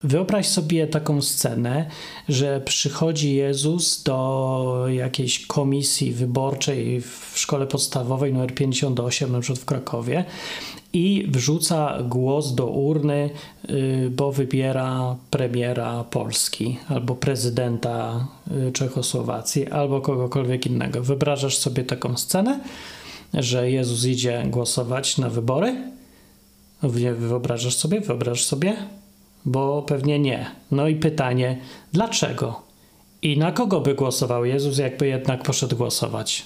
Wyobraź sobie taką scenę, że przychodzi Jezus do jakiejś komisji wyborczej w szkole podstawowej nr 58, na przykład w Krakowie, i wrzuca głos do urny, bo wybiera premiera Polski, albo prezydenta Czechosłowacji, albo kogokolwiek innego. Wyobrażasz sobie taką scenę, że Jezus idzie głosować na wybory? Wyobrażasz sobie? Wyobrażasz sobie? Bo pewnie nie. No i pytanie, dlaczego? I na kogo by głosował Jezus, jakby jednak poszedł głosować?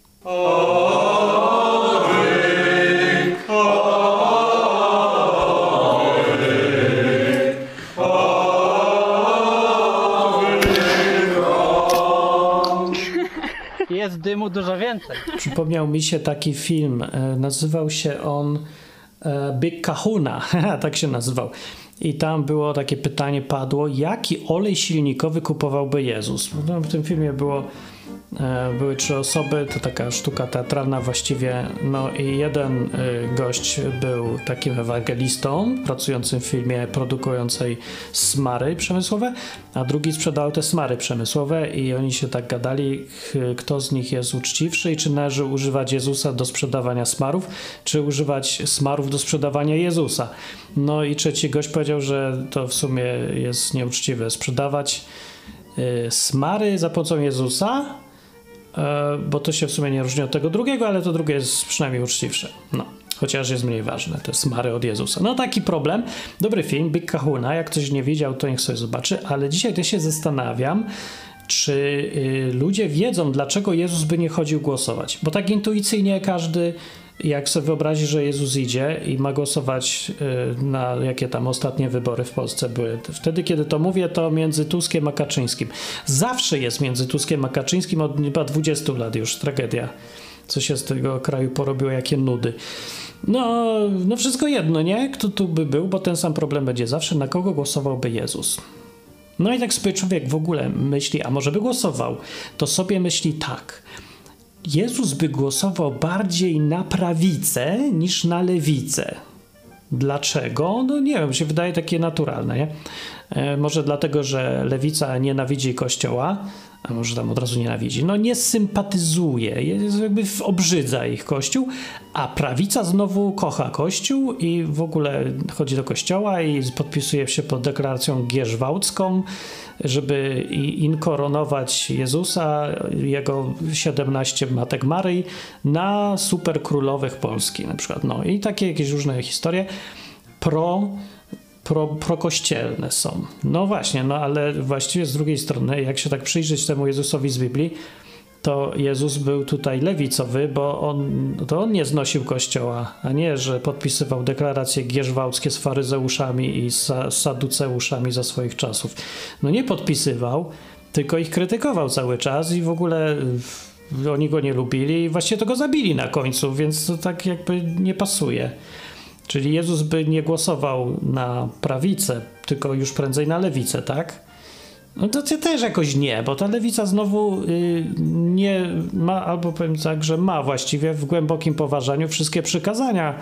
Jest dymu dużo więcej. Przypomniał mi się taki film, nazywał się on Big Kahuna, tak się nazywał. I tam było takie pytanie, padło, jaki olej silnikowy kupowałby Jezus? No, w tym filmie były 3 osoby, to taka sztuka teatralna właściwie, no i jeden gość był takim ewangelistą, pracującym w firmie produkującej smary przemysłowe, a drugi sprzedał te smary przemysłowe i oni się tak gadali, kto z nich jest uczciwszy i czy należy używać Jezusa do sprzedawania smarów, czy używać smarów do sprzedawania Jezusa. No i trzeci gość powiedział, że to w sumie jest nieuczciwe sprzedawać smary za pomocą Jezusa, bo to się w sumie nie różni od tego drugiego, ale to drugie jest przynajmniej uczciwsze. No, chociaż jest mniej ważne, te smary od Jezusa. No taki problem. Dobry film, Big Kahuna. Jak ktoś nie widział, to niech sobie zobaczy, ale dzisiaj też się zastanawiam, czy ludzie wiedzą, dlaczego Jezus by nie chodził głosować. Bo tak intuicyjnie każdy, jak sobie wyobrazi, że Jezus idzie i ma głosować na jakie tam ostatnie wybory w Polsce były. Wtedy, kiedy to mówię, to między Tuskiem a Kaczyńskim. Zawsze jest między Tuskiem a Kaczyńskim od chyba 20 lat już. Tragedia. Co się z tego kraju porobiło, jakie nudy. No wszystko jedno, nie? Kto tu by był, bo ten sam problem będzie zawsze. Na kogo głosowałby Jezus? No i tak sobie człowiek w ogóle myśli, a może by głosował, to sobie myśli tak. Jezus by głosował bardziej na prawicę niż na lewicę. Dlaczego? No nie wiem, się wydaje takie naturalne, nie? Może dlatego, że lewica nienawidzi Kościoła, a może tam od razu nienawidzi, no nie sympatyzuje, jakby obrzydza ich Kościół, a prawica znowu kocha Kościół i w ogóle chodzi do Kościoła i podpisuje się pod deklaracją gierzwałcką, żeby inkoronować Jezusa, jego 17 matek Maryi na super królowych Polski na przykład. No i takie jakieś różne historie prokościelne są. No właśnie, no ale właściwie z drugiej strony, jak się tak przyjrzeć temu Jezusowi z Biblii, to Jezus był tutaj lewicowy, bo on nie znosił Kościoła, a nie, że podpisywał deklaracje gierzwałckie z faryzeuszami i saduceuszami za swoich czasów. No nie podpisywał, tylko ich krytykował cały czas i w ogóle oni go nie lubili i właściwie to go zabili na końcu, więc to tak jakby nie pasuje. Czyli Jezus by nie głosował na prawicę, tylko już prędzej na lewicę, tak? No to też jakoś nie, bo ta lewica znowu nie ma, albo powiem tak, że ma właściwie w głębokim poważaniu wszystkie przykazania.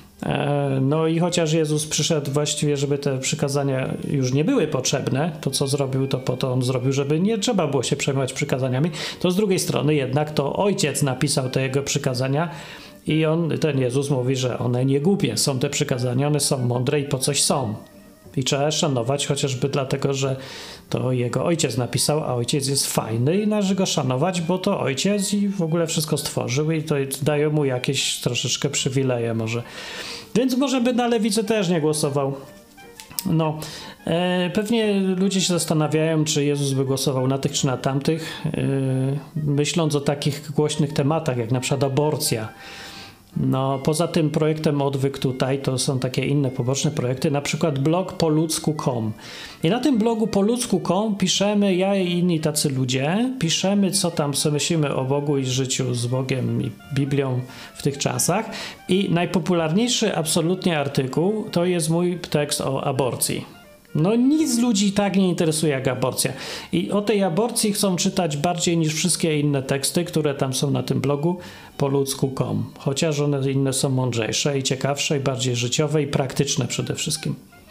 No i chociaż Jezus przyszedł właściwie, żeby te przykazania już nie były potrzebne, to co zrobił, to po to on zrobił, żeby nie trzeba było się przejmować przykazaniami, to z drugiej strony jednak to Ojciec napisał te jego przykazania i ten Jezus mówi, że one nie głupie są te przykazania, one są mądre i po coś są. I trzeba je szanować, chociażby dlatego, że to jego ojciec napisał, a ojciec jest fajny i należy go szanować, bo to ojciec i w ogóle wszystko stworzył i to daje mu jakieś troszeczkę przywileje może. Więc może by na lewicę też nie głosował. No, pewnie ludzie się zastanawiają, czy Jezus by głosował na tych czy na tamtych, myśląc o takich głośnych tematach, jak na przykład aborcja. No, poza tym projektem Odwyk tutaj, to są takie inne poboczne projekty, na przykład blog poludzku.com. I na tym blogu poludzku.com piszemy, ja i inni tacy ludzie, piszemy, co tam sobie myślimy o Bogu i życiu z Bogiem i Biblią w tych czasach. I najpopularniejszy absolutnie artykuł to jest mój tekst o aborcji. No nic ludzi tak nie interesuje jak aborcja. I o tej aborcji chcą czytać bardziej niż wszystkie inne teksty, które tam są na tym blogu poludzku.com. Chociaż one inne są mądrzejsze i ciekawsze i bardziej życiowe i praktyczne przede wszystkim.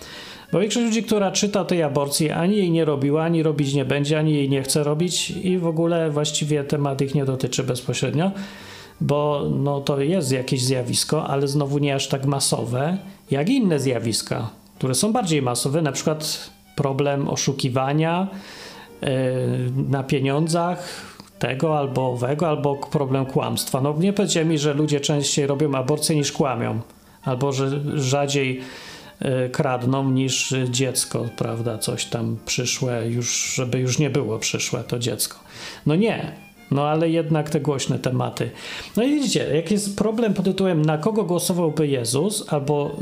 Bo większość ludzi, która czyta o tej aborcji, ani jej nie robiła, ani robić nie będzie, ani jej nie chce robić i w ogóle właściwie temat ich nie dotyczy bezpośrednio, bo no, to jest jakieś zjawisko, ale znowu nie aż tak masowe, jak inne zjawiska, które są bardziej masowe, na przykład problem oszukiwania na pieniądzach tego albo owego, albo problem kłamstwa. No nie powiedzcie mi, że ludzie częściej robią aborcję niż kłamią, albo że rzadziej kradną niż dziecko, prawda, coś tam przyszłe, już, żeby już nie było przyszłe to dziecko. No nie, no ale jednak te głośne tematy. No i widzicie, jak jest problem pod tytułem na kogo głosowałby Jezus, albo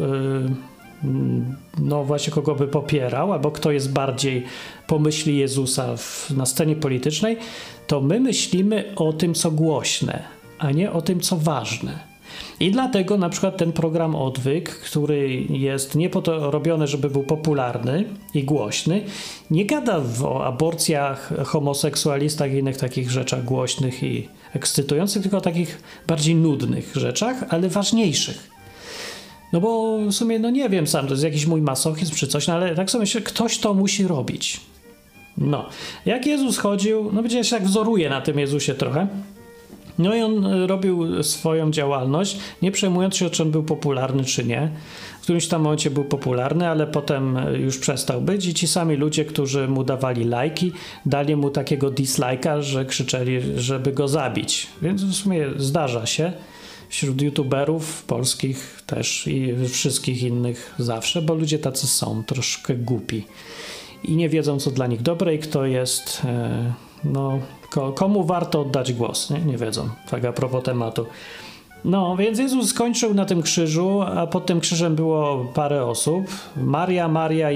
no właśnie kogo by popierał, albo kto jest bardziej po myśli Jezusa na scenie politycznej, to my myślimy o tym, co głośne, a nie o tym, co ważne. I dlatego na przykład ten program Odwyk, który jest nie po to robiony, żeby był popularny i głośny, nie gada o aborcjach, homoseksualistach i innych takich rzeczach głośnych i ekscytujących, tylko o takich bardziej nudnych rzeczach, ale ważniejszych. No bo w sumie, no nie wiem sam, to jest jakiś mój masochizm czy coś, no ale tak sobie myślę, ktoś to musi robić. No, jak Jezus chodził, no wiecie, ja się tak wzoruję na tym Jezusie trochę. No i on robił swoją działalność, nie przejmując się, czy on był popularny, czy nie. W którymś tam momencie był popularny, ale potem już przestał być i ci sami ludzie, którzy mu dawali lajki, dali mu takiego dislike'a, że krzyczeli, żeby go zabić. Więc w sumie zdarza się wśród youtuberów polskich też i wszystkich innych zawsze, bo ludzie tacy są troszkę głupi i nie wiedzą, co dla nich dobre i kto jest... no, komu warto oddać głos, nie wiedzą, tak a propos tematu. No, więc Jezus skończył na tym krzyżu, a pod tym krzyżem było parę osób, Maria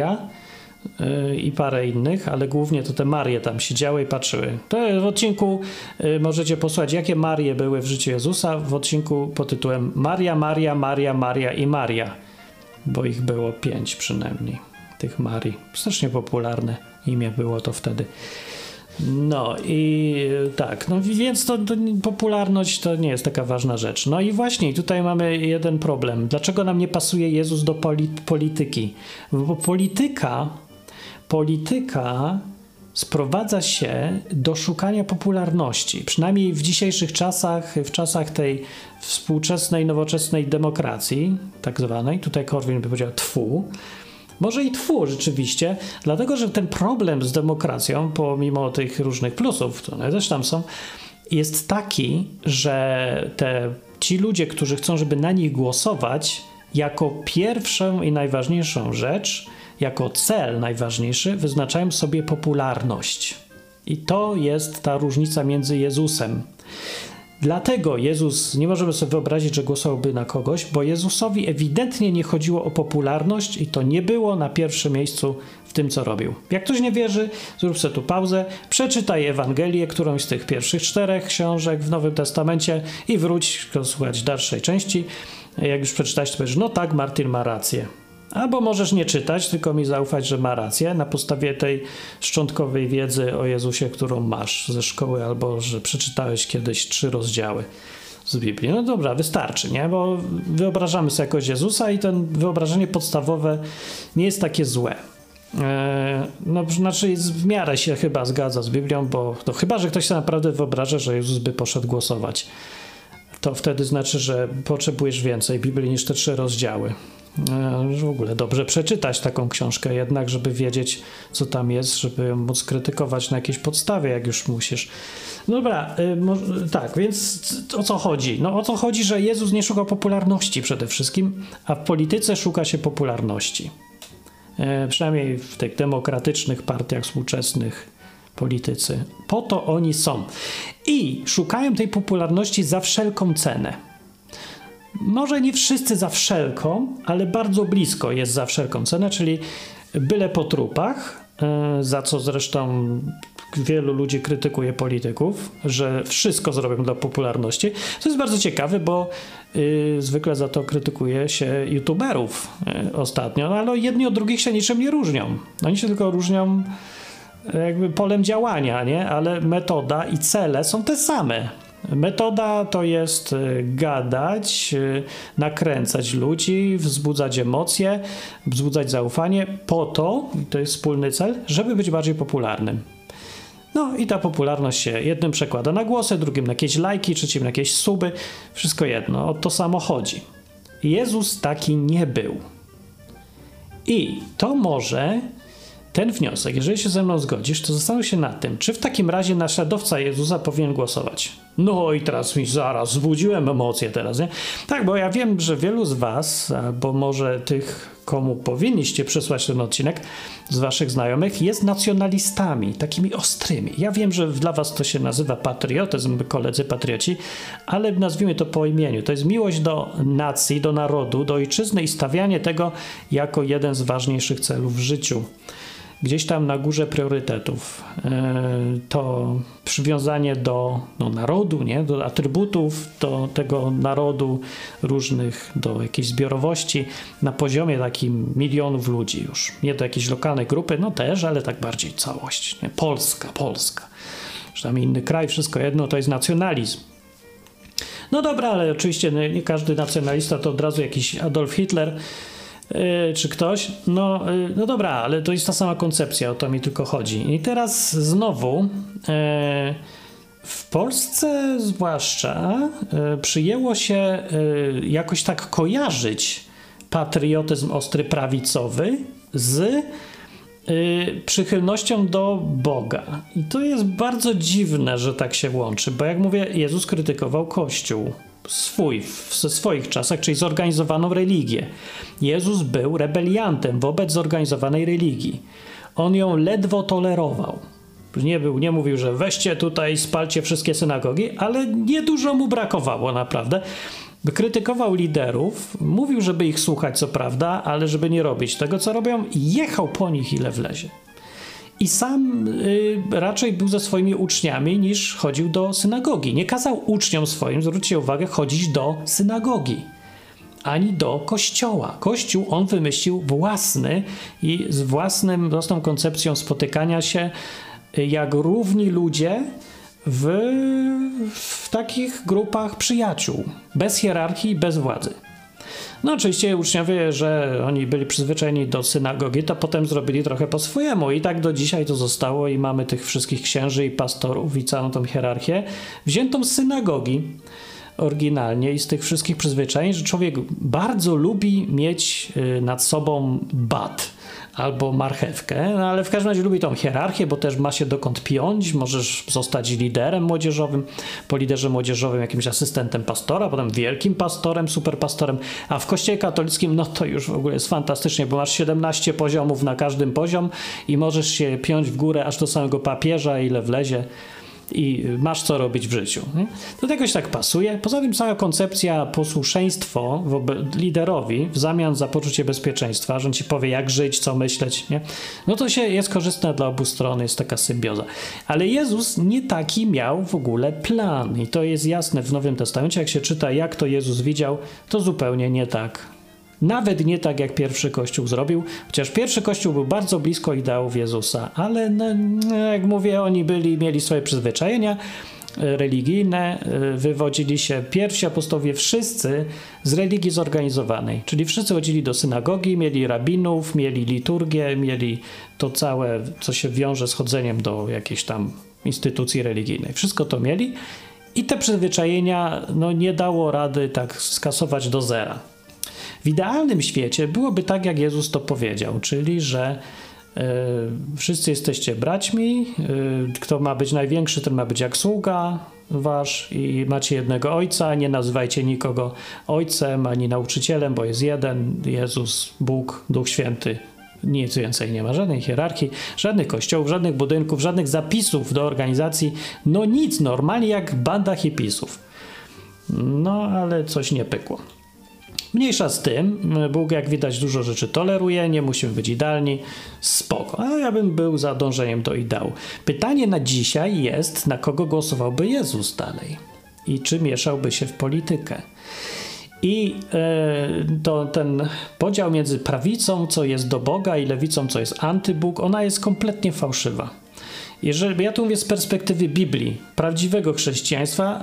i parę innych, ale głównie to te Marie tam siedziały i patrzyły. To w odcinku możecie posłuchać, jakie Marie były w życiu Jezusa, w odcinku pod tytułem Maria i Maria, bo ich było 5 przynajmniej, tych Marii. Strasznie popularne imię było to wtedy. No i tak, no więc to popularność to nie jest taka ważna rzecz. No i właśnie tutaj mamy jeden problem. Dlaczego nam nie pasuje Jezus do polityki? Bo polityka sprowadza się do szukania popularności. Przynajmniej w dzisiejszych czasach, w czasach tej współczesnej, nowoczesnej demokracji, tak zwanej, tutaj Korwin by powiedział tfu, może i tfu rzeczywiście, dlatego że ten problem z demokracją, pomimo tych różnych plusów, które też tam są, jest taki, że ci ludzie, którzy chcą, żeby na nich głosować, jako pierwszą i najważniejszą rzecz, jako cel najważniejszy, wyznaczają sobie popularność. I to jest ta różnica między Jezusem. Dlatego Jezus, nie możemy sobie wyobrazić, że głosowałby na kogoś, bo Jezusowi ewidentnie nie chodziło o popularność i to nie było na pierwszym miejscu w tym, co robił. Jak ktoś nie wierzy, zrób sobie tu pauzę, przeczytaj Ewangelię, którąś z tych pierwszych 4 książek w Nowym Testamencie i wróć słuchać dalszej części. Jak już przeczytać, to powiesz, no tak, Martin ma rację. Albo możesz nie czytać, tylko mi zaufać, że ma rację na podstawie tej szczątkowej wiedzy o Jezusie, którą masz ze szkoły, albo że przeczytałeś kiedyś 3 rozdziały z Biblii. No dobra, wystarczy, nie? Bo wyobrażamy sobie jakoś Jezusa i to wyobrażenie podstawowe nie jest takie złe. No znaczy w miarę się chyba zgadza z Biblią, bo to chyba, że ktoś sobie naprawdę wyobraża, że Jezus by poszedł głosować. To wtedy znaczy, że potrzebujesz więcej Biblii niż te 3 rozdziały. W ogóle dobrze przeczytać taką książkę jednak, żeby wiedzieć, co tam jest, żeby ją móc krytykować na jakiejś podstawie, jak już musisz. Dobra, tak, więc o co chodzi? No o to chodzi, że Jezus nie szukał popularności przede wszystkim, a w polityce szuka się popularności. Przynajmniej w tych demokratycznych partiach współczesnych politycy. Po to oni są. I szukają tej popularności za wszelką cenę. Może nie wszyscy za wszelką, ale bardzo blisko jest za wszelką cenę, czyli byle po trupach, za co zresztą wielu ludzi krytykuje polityków, że wszystko zrobią dla popularności. To jest bardzo ciekawe, bo zwykle za to krytykuje się youtuberów ostatnio, no, ale jedni od drugich się niczym nie różnią. Oni się tylko różnią jakby polem działania, nie? Ale metoda i cele są te same. Metoda to jest gadać, nakręcać ludzi, wzbudzać emocje, wzbudzać zaufanie po to, i to jest wspólny cel, żeby być bardziej popularnym. No i ta popularność się jednym przekłada na głosy, drugim na jakieś lajki, trzecim na jakieś suby. Wszystko jedno, o to samo chodzi. Jezus taki nie był. I to może ten wniosek, jeżeli się ze mną zgodzisz, to zastanów się nad tym, czy w takim razie naśladowca Jezusa powinien głosować. No i teraz mi zaraz wzbudziłem emocje teraz, nie? Tak, bo ja wiem, że wielu z was, albo może tych, komu powinniście przesłać ten odcinek z waszych znajomych, jest nacjonalistami, takimi ostrymi. Ja wiem, że dla was to się nazywa patriotyzm, koledzy patrioci, ale nazwijmy to po imieniu. To jest miłość do nacji, do narodu, do ojczyzny i stawianie tego jako jeden z ważniejszych celów w życiu. Gdzieś tam na górze priorytetów. To przywiązanie do narodu, nie? Do atrybutów, do tego narodu różnych, do jakiejś zbiorowości na poziomie takim milionów ludzi już. Nie do jakiejś lokalnej grupy, no też, ale tak bardziej całość. Nie? Polska. Czy tam inny kraj, wszystko jedno, to jest nacjonalizm. No dobra, ale oczywiście nie każdy nacjonalista to od razu jakiś Adolf Hitler, czy ktoś, no dobra, ale to jest ta sama koncepcja, o to mi tylko chodzi. I teraz znowu w Polsce zwłaszcza przyjęło się jakoś tak kojarzyć patriotyzm ostry prawicowy z przychylnością do Boga. I to jest bardzo dziwne, że tak się łączy, bo jak mówię, Jezus krytykował Kościół w swoich czasach, czyli zorganizowaną religię. Jezus był rebeliantem wobec zorganizowanej religii. On ją ledwo tolerował. Nie mówił, że weźcie tutaj, spalcie wszystkie synagogi, ale niedużo mu brakowało naprawdę. Krytykował liderów, mówił, żeby ich słuchać, co prawda, ale żeby nie robić tego, co robią, i jechał po nich, ile wlezie. I sam raczej był ze swoimi uczniami, niż chodził do synagogi. Nie kazał uczniom swoim, zwróćcie uwagę, chodzić do synagogi, ani do kościoła. Kościół on wymyślił własny i z własną koncepcją spotykania się jak równi ludzie w takich grupach przyjaciół, bez hierarchii, bez władzy. No oczywiście uczniowie, że oni byli przyzwyczajeni do synagogi, to potem zrobili trochę po swojemu i tak do dzisiaj to zostało i mamy tych wszystkich księży i pastorów i całą tą hierarchię wziętą z synagogi oryginalnie i z tych wszystkich przyzwyczajeń, że człowiek bardzo lubi mieć nad sobą bat albo marchewkę, no ale w każdym razie lubi tą hierarchię, bo też ma się dokąd piąć, możesz zostać liderem młodzieżowym, po liderze młodzieżowym jakimś asystentem pastora, potem wielkim pastorem, superpastorem, a w kościele katolickim no to już w ogóle jest fantastycznie, bo masz 17 poziomów na każdym poziom i możesz się piąć w górę aż do samego papieża, ile wlezie. I masz co robić w życiu. Nie? To jakoś tak pasuje. Poza tym cała koncepcja posłuszeństwo liderowi w zamian za poczucie bezpieczeństwa, że on ci powie jak żyć, co myśleć, nie? No to jest korzystne dla obu stron, jest taka symbioza. Ale Jezus nie taki miał w ogóle plan i to jest jasne w Nowym Testamencie. Jak się czyta, jak to Jezus widział, to zupełnie nie tak. Nawet nie tak, jak pierwszy Kościół zrobił, chociaż pierwszy Kościół był bardzo blisko ideałów Jezusa, ale jak mówię, oni mieli swoje przyzwyczajenia religijne, wywodzili się pierwsi apostołowie wszyscy z religii zorganizowanej, czyli wszyscy chodzili do synagogi, mieli rabinów, mieli liturgię, mieli to całe, co się wiąże z chodzeniem do jakiejś tam instytucji religijnej. Wszystko to mieli i te przyzwyczajenia nie dało rady tak skasować do zera. W idealnym świecie byłoby tak, jak Jezus to powiedział, czyli, że wszyscy jesteście braćmi, kto ma być największy, ten ma być jak sługa wasz i macie jednego Ojca, nie nazywajcie nikogo Ojcem ani nauczycielem, bo jest jeden, Jezus, Bóg, Duch Święty. Nic więcej nie ma, żadnej hierarchii, żadnych kościołów, żadnych budynków, żadnych zapisów do organizacji, nic, normalnie jak banda hipisów. No, ale coś nie pykło. Mniejsza z tym, Bóg jak widać dużo rzeczy toleruje, nie musimy być idealni, spoko. A ja bym był za dążeniem do ideału. Pytanie na dzisiaj jest, na kogo głosowałby Jezus dalej i czy mieszałby się w politykę. I to ten podział między prawicą, co jest do Boga, i lewicą, co jest antybóg, ona jest kompletnie fałszywa. Jeżeli, ja tu mówię z perspektywy Biblii, prawdziwego chrześcijaństwa,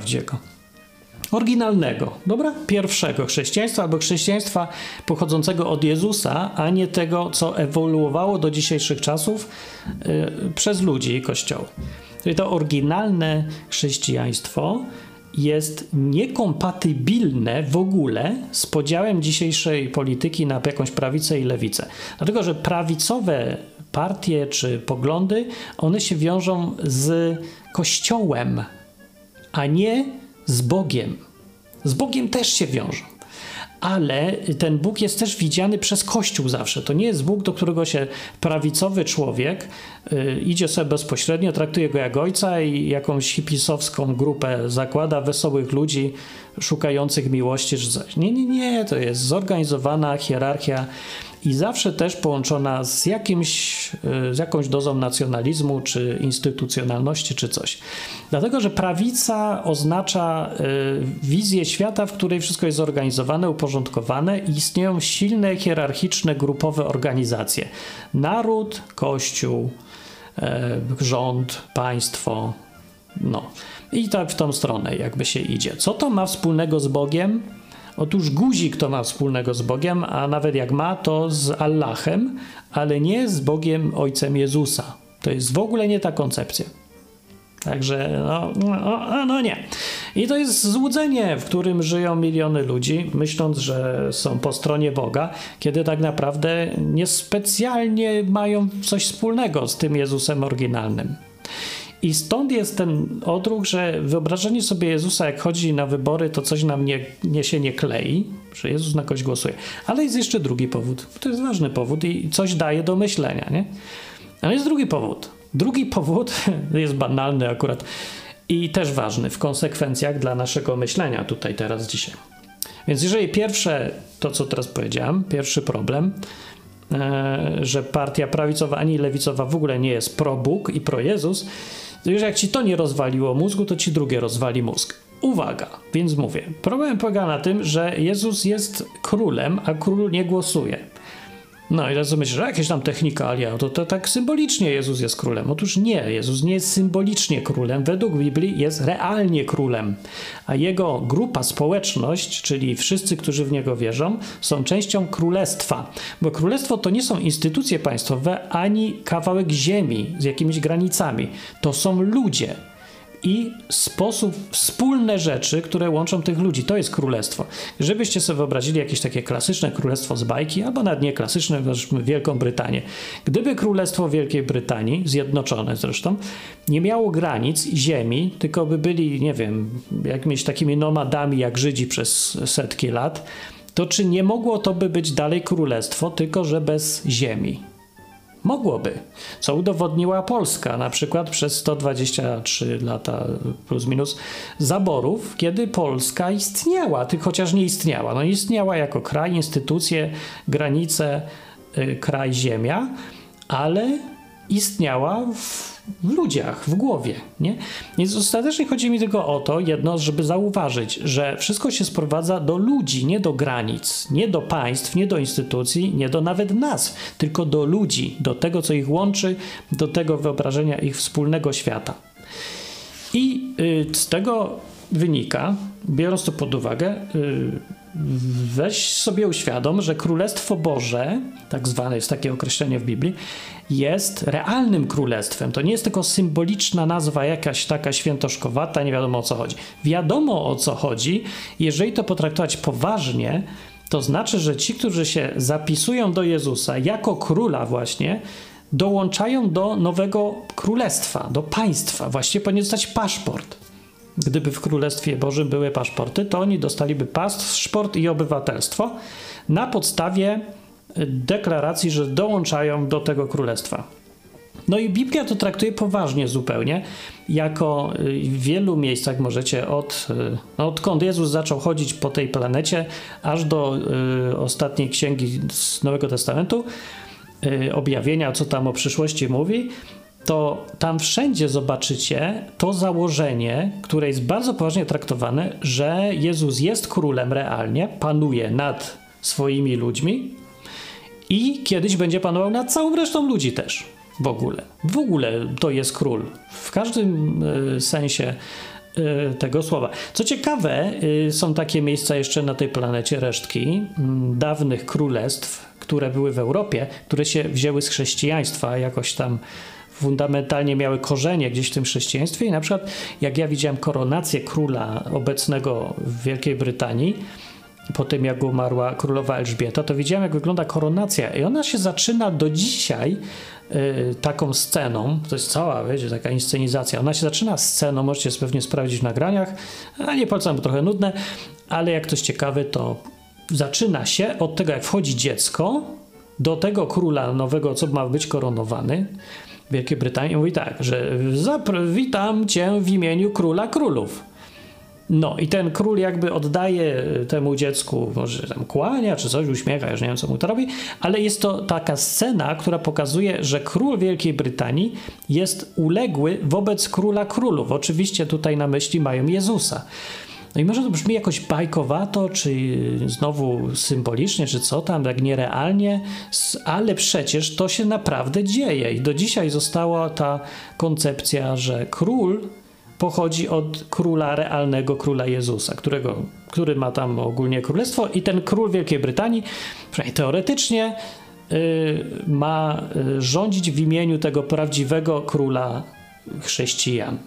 oryginalnego, dobra? Pierwszego chrześcijaństwa albo chrześcijaństwa pochodzącego od Jezusa, a nie tego, co ewoluowało do dzisiejszych czasów przez ludzi i Kościoły. Czyli to oryginalne chrześcijaństwo jest niekompatybilne w ogóle z podziałem dzisiejszej polityki na jakąś prawicę i lewicę. Dlatego, że prawicowe partie czy poglądy, one się wiążą z Kościołem, a nie z Bogiem. Z Bogiem też się wiążą. Ale ten Bóg jest też widziany przez Kościół zawsze. To nie jest Bóg, do którego się prawicowy człowiek idzie sobie bezpośrednio, traktuje go jak ojca i jakąś hipisowską grupę zakłada wesołych ludzi szukających miłości czy coś. Nie. To jest zorganizowana hierarchia i zawsze też połączona z jakąś dozą nacjonalizmu, czy instytucjonalności, czy coś. Dlatego, że prawica oznacza wizję świata, w której wszystko jest zorganizowane, uporządkowane i istnieją silne, hierarchiczne, grupowe organizacje. Naród, Kościół, rząd, państwo, no. I tak w tą stronę jakby się idzie. Co to ma wspólnego z Bogiem? Otóż guzik to ma wspólnego z Bogiem, a nawet jak ma, to z Allahem, ale nie z Bogiem Ojcem Jezusa. To jest w ogóle nie ta koncepcja. Także no nie. I to jest złudzenie, w którym żyją miliony ludzi, myśląc, że są po stronie Boga, kiedy tak naprawdę niespecjalnie mają coś wspólnego z tym Jezusem oryginalnym. I stąd jest ten odruch, że wyobrażenie sobie Jezusa, jak chodzi na wybory, to coś nam się nie klei, że Jezus na kogoś głosuje. Ale jest jeszcze drugi powód. To jest ważny powód i coś daje do myślenia, nie? Ale jest drugi powód. Drugi powód jest banalny akurat i też ważny w konsekwencjach dla naszego myślenia tutaj, teraz, dzisiaj. Więc jeżeli pierwsze, to co teraz powiedziałem, pierwszy problem, że partia prawicowa ani lewicowa w ogóle nie jest pro-Bóg i pro-Jezus, to już jak ci to nie rozwaliło mózgu, to ci drugie rozwali mózg. Uwaga, więc mówię, problem polega na tym, że Jezus jest królem, a król nie głosuje. No i teraz myślisz, że jakieś tam technikalia, to tak symbolicznie Jezus jest królem. Otóż nie, Jezus nie jest symbolicznie królem, według Biblii jest realnie królem, a jego grupa, społeczność, czyli wszyscy, którzy w niego wierzą, są częścią królestwa, bo królestwo to nie są instytucje państwowe, ani kawałek ziemi z jakimiś granicami, to są ludzie. I wspólne rzeczy, które łączą tych ludzi. To jest królestwo. Żebyście sobie wyobrazili jakieś takie klasyczne królestwo z bajki, albo nawet nie klasyczne, Wielką Brytanię. Gdyby królestwo Wielkiej Brytanii, zjednoczone zresztą, nie miało granic ziemi, tylko by byli, nie wiem, jakimiś takimi nomadami jak Żydzi przez setki lat, to czy nie mogło to by być dalej królestwo, tylko że bez ziemi? Mogłoby, co udowodniła Polska, na przykład przez 123 lata plus minus zaborów, kiedy Polska istniała, chociaż nie istniała. No istniała jako kraj, instytucje, granice, kraj, ziemia, ale istniała w ludziach, w głowie, nie? Więc ostatecznie chodzi mi tylko o to, jedno, żeby zauważyć, że wszystko się sprowadza do ludzi, nie do granic, nie do państw, nie do instytucji, nie do nawet nazw, tylko do ludzi, do tego, co ich łączy, do tego wyobrażenia ich wspólnego świata. I z tego wynika, biorąc to pod uwagę, weź sobie uświadom, że Królestwo Boże, tak zwane jest takie określenie w Biblii, jest realnym królestwem. To nie jest tylko symboliczna nazwa jakaś taka świętoszkowata, nie wiadomo o co chodzi. Wiadomo o co chodzi, jeżeli to potraktować poważnie, to znaczy, że ci, którzy się zapisują do Jezusa jako króla właśnie, dołączają do nowego królestwa, do państwa. Właściwie powinien zostać paszport. Gdyby w Królestwie Bożym były paszporty, to oni dostaliby paszport i obywatelstwo na podstawie deklaracji, że dołączają do tego królestwa. No i Biblia to traktuje poważnie zupełnie, jako w wielu miejscach możecie odkąd Jezus zaczął chodzić po tej planecie, aż do ostatniej księgi z Nowego Testamentu, objawienia, co tam o przyszłości mówi, to tam wszędzie zobaczycie to założenie, które jest bardzo poważnie traktowane, że Jezus jest królem realnie, panuje nad swoimi ludźmi i kiedyś będzie panował nad całą resztą ludzi też. w ogóle. W ogóle to jest król. W każdym sensie tego słowa. Co ciekawe, są takie miejsca jeszcze na tej planecie, resztki dawnych królestw, które były w Europie, które się wzięły z chrześcijaństwa, jakoś tam fundamentalnie miały korzenie gdzieś w tym chrześcijaństwie i na przykład jak ja widziałem koronację króla obecnego w Wielkiej Brytanii, po tym jak umarła królowa Elżbieta, to widziałem jak wygląda koronacja i ona się zaczyna do dzisiaj taką sceną, to jest cała, wiecie, taka inscenizacja, ona się zaczyna sceną, możecie pewnie sprawdzić w nagraniach, a nie polecam, bo trochę nudne, ale jak ktoś ciekawy, to zaczyna się od tego, jak wchodzi dziecko do tego króla nowego, co ma być koronowany w Wielkiej Brytanii, mówi tak, że witam cię w imieniu króla królów. No i ten król jakby oddaje temu dziecku, może tam kłania czy coś, uśmiecha, już nie wiem co mu to robi, ale jest to taka scena, która pokazuje, że król Wielkiej Brytanii jest uległy wobec króla królów. Oczywiście tutaj na myśli mają Jezusa. No i może to brzmi jakoś bajkowato, czy znowu symbolicznie, czy co tam, tak nierealnie, ale przecież to się naprawdę dzieje i do dzisiaj została ta koncepcja, że król pochodzi od króla realnego, króla Jezusa, który ma tam ogólnie królestwo i ten król Wielkiej Brytanii, przynajmniej teoretycznie, ma rządzić w imieniu tego prawdziwego króla chrześcijan.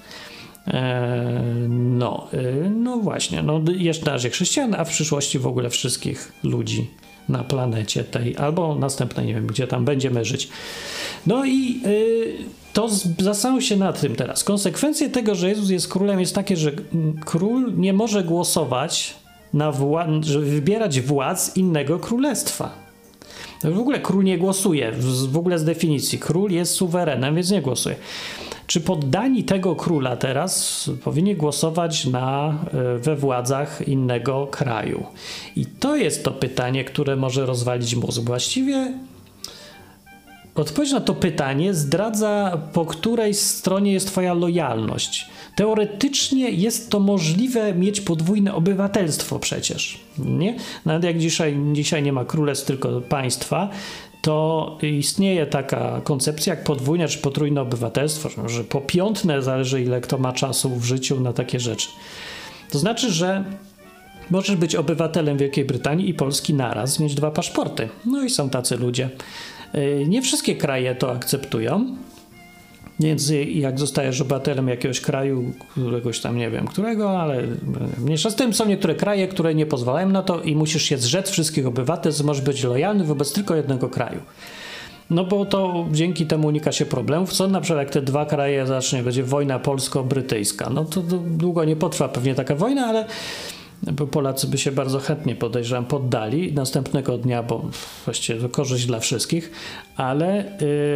No właśnie, no jeszcze na razie chrześcijan, a w przyszłości w ogóle wszystkich ludzi na planecie tej, albo następnej, nie wiem, gdzie tam będziemy żyć. No i to zastanów się nad tym teraz. Konsekwencje tego, że Jezus jest królem, jest takie, że król nie może głosować żeby wybierać władz innego królestwa. W ogóle król nie głosuje, w ogóle z definicji. Król jest suwerenem, więc nie głosuje. Czy poddani tego króla teraz powinni głosować we władzach innego kraju? I to jest to pytanie, które może rozwalić mózg. Właściwie odpowiedź na to pytanie zdradza, po której stronie jest twoja lojalność. Teoretycznie jest to możliwe mieć podwójne obywatelstwo przecież, nie? Nawet jak dzisiaj nie ma królestw, tylko państwa, to istnieje taka koncepcja jak podwójne czy potrójne obywatelstwo, że popiątne, zależy ile kto ma czasu w życiu na takie rzeczy. To znaczy, że możesz być obywatelem Wielkiej Brytanii i Polski naraz, mieć 2 paszporty. No i są tacy ludzie. Nie wszystkie kraje to akceptują, więc jak zostajesz obywatelem jakiegoś kraju, któregoś tam nie wiem którego, ale mniejsza z tym, są niektóre kraje, które nie pozwalają na to i musisz się zrzec wszystkich obywatelstw, możesz być lojalny wobec tylko jednego kraju. No bo to dzięki temu unika się problemów, co na przykład jak te 2 kraje będzie wojna polsko-brytyjska, no to długo nie potrwa pewnie taka wojna, ale bo Polacy by się bardzo chętnie, podejrzewam, poddali następnego dnia, bo właściwie to korzyść dla wszystkich, ale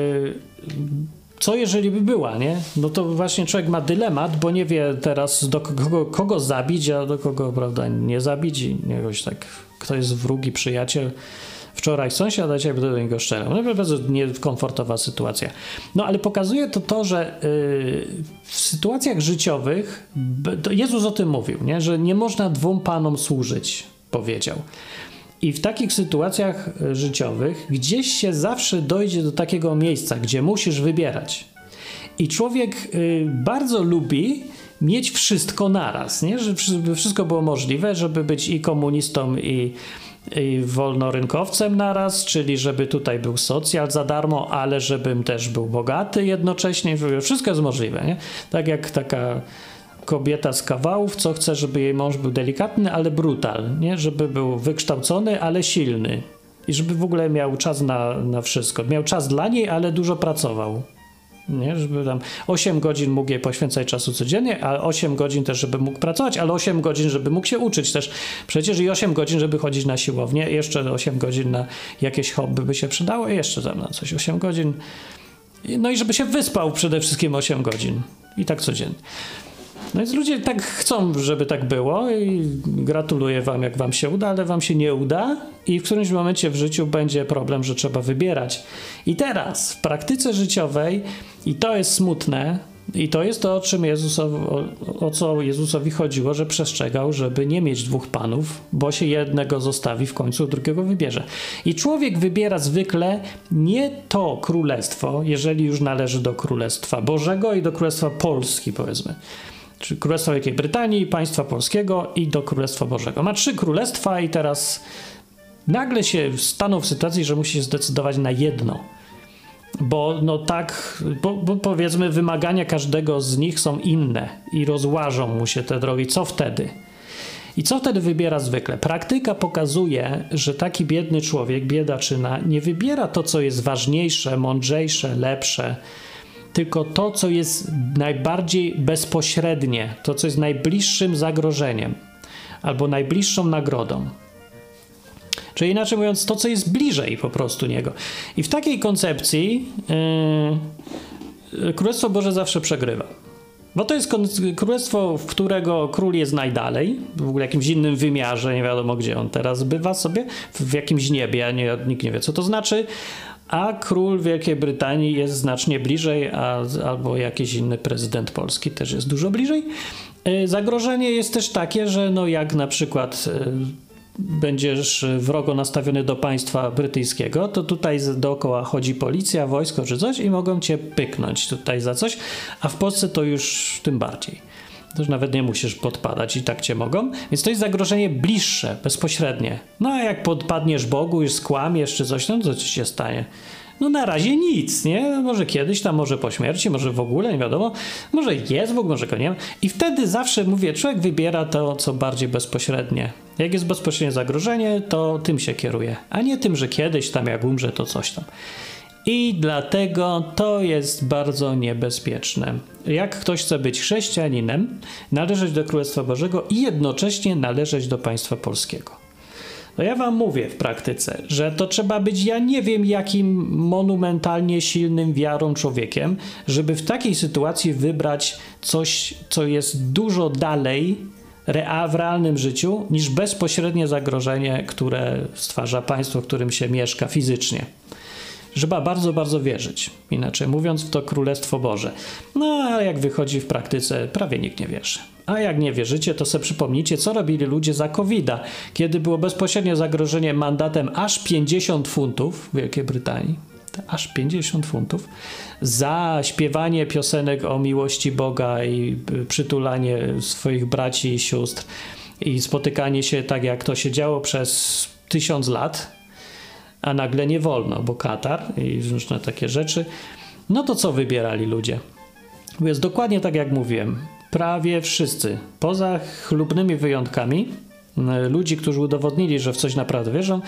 co jeżeli by była, nie? No to właśnie człowiek ma dylemat, bo nie wie teraz kogo zabić, a do kogo, prawda, nie zabić i jakoś tak, kto jest wróg i przyjaciel. Wczoraj sąsiad, a dzisiaj będę do niego strzelał. No bardzo niekomfortowa sytuacja. No ale pokazuje to, że w sytuacjach życiowych, Jezus o tym mówił, nie? Że nie można 2 panom służyć, powiedział. I w takich sytuacjach życiowych gdzieś się zawsze dojdzie do takiego miejsca, gdzie musisz wybierać. I człowiek bardzo lubi mieć wszystko naraz, nie? Żeby wszystko było możliwe, żeby być i komunistą, i wolnorynkowcem naraz, czyli żeby tutaj był socjal za darmo, ale żebym też był bogaty jednocześnie. Wszystko jest możliwe, nie? Tak jak taka kobieta z kawałów, co chce, żeby jej mąż był delikatny, ale brutal, nie? Żeby był wykształcony, ale silny i żeby w ogóle miał czas na wszystko. Miał czas dla niej, ale dużo pracował. Nie? Żeby tam 8 godzin mógł jej poświęcać czasu codziennie, a 8 godzin też, żeby mógł pracować, ale 8 godzin, żeby mógł się uczyć też. Przecież i 8 godzin, żeby chodzić na siłownię, jeszcze 8 godzin na jakieś hobby by się przydało, i jeszcze tam na coś 8 godzin. No i żeby się wyspał przede wszystkim 8 godzin. I tak codziennie. No więc ludzie tak chcą, żeby tak było i gratuluję wam, jak wam się uda, ale wam się nie uda i w którymś momencie w życiu będzie problem, że trzeba wybierać. I teraz w praktyce życiowej, i to jest smutne, I to jest to, o co Jezusowi chodziło, że przestrzegał, żeby nie mieć dwóch panów, bo się jednego zostawi, w końcu drugiego wybierze. I człowiek wybiera zwykle nie to królestwo, jeżeli już należy do Królestwa Bożego i do Królestwa Polski, powiedzmy. Czyli Królestwa Wielkiej Brytanii, Państwa Polskiego i do Królestwa Bożego. Ma 3 królestwa i teraz nagle się stanął w sytuacji, że musi się zdecydować na jedno. Bo powiedzmy wymagania każdego z nich są inne i rozłażą mu się te drogi. Co wtedy? I co wtedy wybiera zwykle? Praktyka pokazuje, że taki biedny człowiek, biedaczyna, nie wybiera to, co jest ważniejsze, mądrzejsze, lepsze, tylko to, co jest najbardziej bezpośrednie, to, co jest najbliższym zagrożeniem albo najbliższą nagrodą. Czyli inaczej mówiąc, to, co jest bliżej po prostu niego. I w takiej koncepcji Królestwo Boże zawsze przegrywa. Bo to jest królestwo, w którego król jest najdalej, w ogóle jakimś innym wymiarze, nie wiadomo gdzie on teraz bywa sobie, w jakimś niebie, nikt nie wie co to znaczy, a król Wielkiej Brytanii jest znacznie bliżej, albo jakiś inny prezydent Polski też jest dużo bliżej. Zagrożenie jest też takie, że jak na przykład będziesz wrogo nastawiony do państwa brytyjskiego, to tutaj dookoła chodzi policja, wojsko czy coś i mogą cię pyknąć tutaj za coś, a w Polsce to już tym bardziej. To już nawet nie musisz podpadać i tak cię mogą. Więc to jest zagrożenie bliższe, bezpośrednie. No a jak podpadniesz Bogu, już skłamiesz czy coś, to co ci się stanie? No na razie nic, nie? Może kiedyś tam, może po śmierci, może w ogóle, nie wiadomo. Może jest Bóg, może go nie ma. I wtedy zawsze mówię, człowiek wybiera to, co bardziej bezpośrednie. Jak jest bezpośrednie zagrożenie, to tym się kieruje. A nie tym, że kiedyś tam jak umrze, to coś tam. I dlatego to jest bardzo niebezpieczne. Jak ktoś chce być chrześcijaninem, należeć do Królestwa Bożego i jednocześnie należeć do państwa polskiego. No ja wam mówię w praktyce, że to trzeba być, ja nie wiem jakim monumentalnie silnym wiarą człowiekiem, żeby w takiej sytuacji wybrać coś, co jest dużo dalej w realnym życiu niż bezpośrednie zagrożenie, które stwarza państwo, w którym się mieszka fizycznie. Trzeba bardzo, bardzo wierzyć. Inaczej mówiąc, w to Królestwo Boże. No, a jak wychodzi w praktyce, prawie nikt nie wierzy. A jak nie wierzycie, to sobie przypomnijcie, co robili ludzie za COVID-a, kiedy było bezpośrednie zagrożenie mandatem aż 50 funtów w Wielkiej Brytanii. Aż 50 funtów za śpiewanie piosenek o miłości Boga i przytulanie swoich braci i sióstr i spotykanie się tak, jak to się działo przez 1000 lat, a nagle nie wolno, bo Katar i różne takie rzeczy. No to co wybierali ludzie? Jest dokładnie tak, jak mówiłem. Prawie wszyscy, poza chlubnymi wyjątkami, ludzi, którzy udowodnili, że w coś naprawdę wierzą,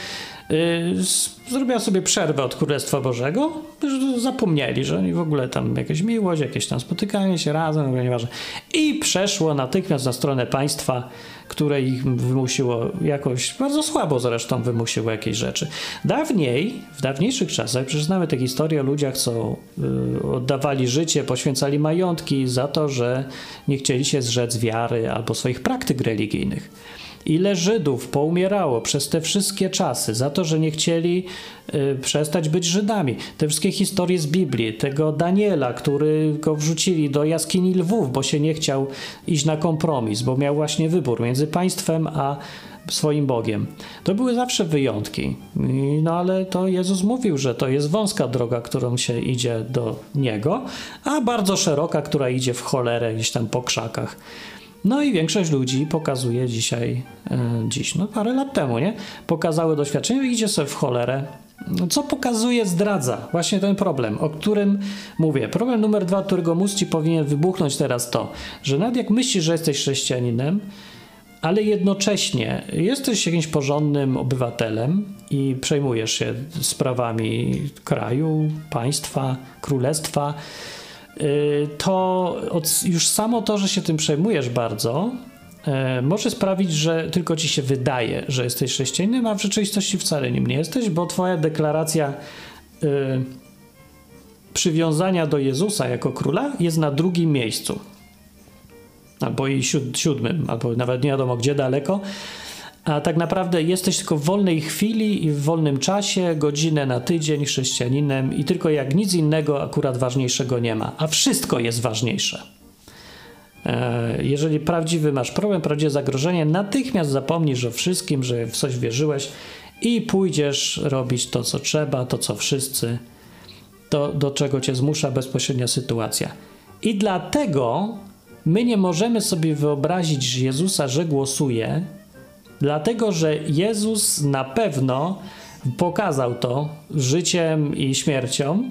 zrobiła sobie przerwę od Królestwa Bożego, że zapomnieli, że oni w ogóle tam jakaś miłość, jakieś tam spotykanie się razem, w ogóle nieważne. I przeszło natychmiast na stronę państwa, które ich wymusiło jakoś, bardzo słabo zresztą wymusiło jakieś rzeczy. Dawniej, w dawniejszych czasach, przecież znamy te historie o ludziach, co oddawali życie, poświęcali majątki za to, że nie chcieli się zrzec wiary albo swoich praktyk religijnych. Ile Żydów poumierało przez te wszystkie czasy za to, że nie chcieli przestać być Żydami. Te wszystkie historie z Biblii, tego Daniela, który go wrzucili do jaskini lwów, bo się nie chciał iść na kompromis, bo miał właśnie wybór między państwem a swoim Bogiem. To były zawsze wyjątki. No ale to Jezus mówił, że to jest wąska droga, którą się idzie do Niego, a bardzo szeroka, która idzie w cholerę gdzieś tam po krzakach. No i większość ludzi pokazuje parę lat temu, nie? Pokazały doświadczenie i idzie sobie w cholerę. Co pokazuje, zdradza właśnie ten problem, o którym mówię. Problem numer 2, którego mózg ci powinien wybuchnąć teraz to, że nawet jak myślisz, że jesteś chrześcijaninem, ale jednocześnie jesteś jakimś porządnym obywatelem i przejmujesz się sprawami kraju, państwa, królestwa, to już samo to, że się tym przejmujesz bardzo, może sprawić, że tylko ci się wydaje, że jesteś chrześcijaninem, a w rzeczywistości wcale nim nie jesteś, bo twoja deklaracja przywiązania do Jezusa jako króla jest na drugim miejscu. Albo i 7, albo nawet nie wiadomo gdzie daleko, a tak naprawdę jesteś tylko w wolnej chwili i w wolnym czasie, godzinę na tydzień chrześcijaninem i tylko jak nic innego akurat ważniejszego nie ma, a wszystko jest ważniejsze. Jeżeli prawdziwy masz problem, prawdziwe zagrożenie, natychmiast zapomnisz o wszystkim, że w coś wierzyłeś i pójdziesz robić to, co trzeba, to, co wszyscy, to, do czego cię zmusza bezpośrednia sytuacja. I dlatego my nie możemy sobie wyobrazić Jezusa, że głosuje, dlatego że Jezus na pewno pokazał to życiem i śmiercią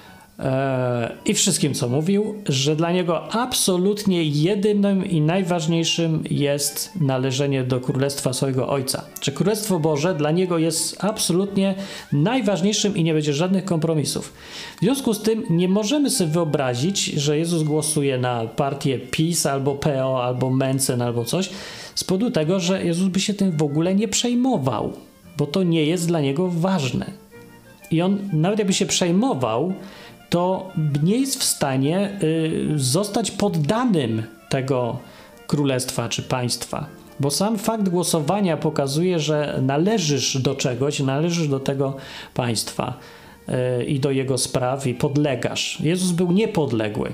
i wszystkim, co mówił, że dla Niego absolutnie jedynym i najważniejszym jest należenie do Królestwa swojego Ojca. Że Królestwo Boże dla Niego jest absolutnie najważniejszym i nie będzie żadnych kompromisów. W związku z tym nie możemy sobie wyobrazić, że Jezus głosuje na partię PiS albo PO, albo Mencen, albo coś, z powodu tego, że Jezus by się tym w ogóle nie przejmował, bo to nie jest dla Niego ważne. I On, nawet jakby się przejmował, to nie jest w stanie zostać poddanym tego królestwa czy państwa. Bo sam fakt głosowania pokazuje, że należysz do czegoś, należysz do tego państwa i do jego spraw i podlegasz. Jezus był niepodległy.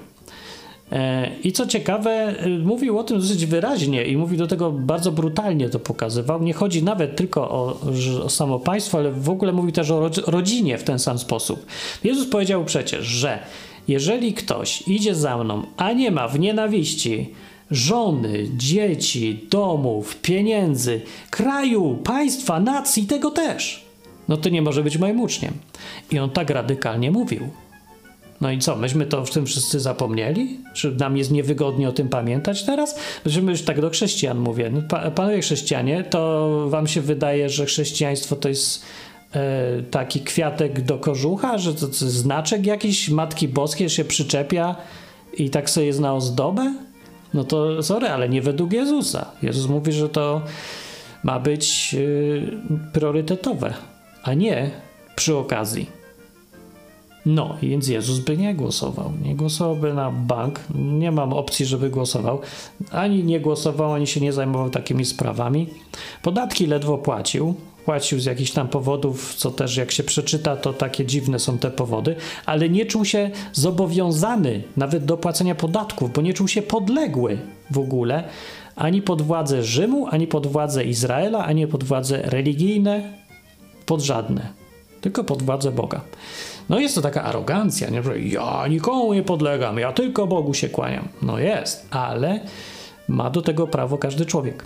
I co ciekawe, mówił o tym dosyć wyraźnie i mówił do tego bardzo brutalnie, to pokazywał. Nie chodzi nawet tylko o samo państwo, ale w ogóle mówił też o rodzinie w ten sam sposób. Jezus powiedział przecież, że jeżeli ktoś idzie za mną, a nie ma w nienawiści żony, dzieci, domów, pieniędzy, kraju, państwa, nacji, tego też, no to nie może być moim uczniem. I on tak radykalnie mówił. No i co, myśmy to w tym wszyscy zapomnieli? Czy nam jest niewygodnie o tym pamiętać teraz? Że my już tak do chrześcijan mówię. No, panowie chrześcijanie, to wam się wydaje, że chrześcijaństwo to jest taki kwiatek do kożucha, że to znaczek jakiś Matki Boskiej się przyczepia i tak sobie jest na ozdobę? No to sorry, ale nie według Jezusa. Jezus mówi, że to ma być priorytetowe, a nie przy okazji. No, więc Jezus by nie głosował. Nie głosowałby na bank. Nie mam opcji, żeby głosował. Ani nie głosował, ani się nie zajmował takimi sprawami. Podatki ledwo płacił. Płacił z jakichś tam powodów, co też jak się przeczyta, to takie dziwne są te powody, ale nie czuł się zobowiązany nawet do płacenia podatków, bo nie czuł się podległy w ogóle ani pod władzę Rzymu, ani pod władzę Izraela, ani pod władze religijne, pod żadne, tylko pod władzę Boga. No jest to taka arogancja, nie? Że ja nikomu nie podlegam, ja tylko Bogu się kłaniam. No jest, ale ma do tego prawo każdy człowiek.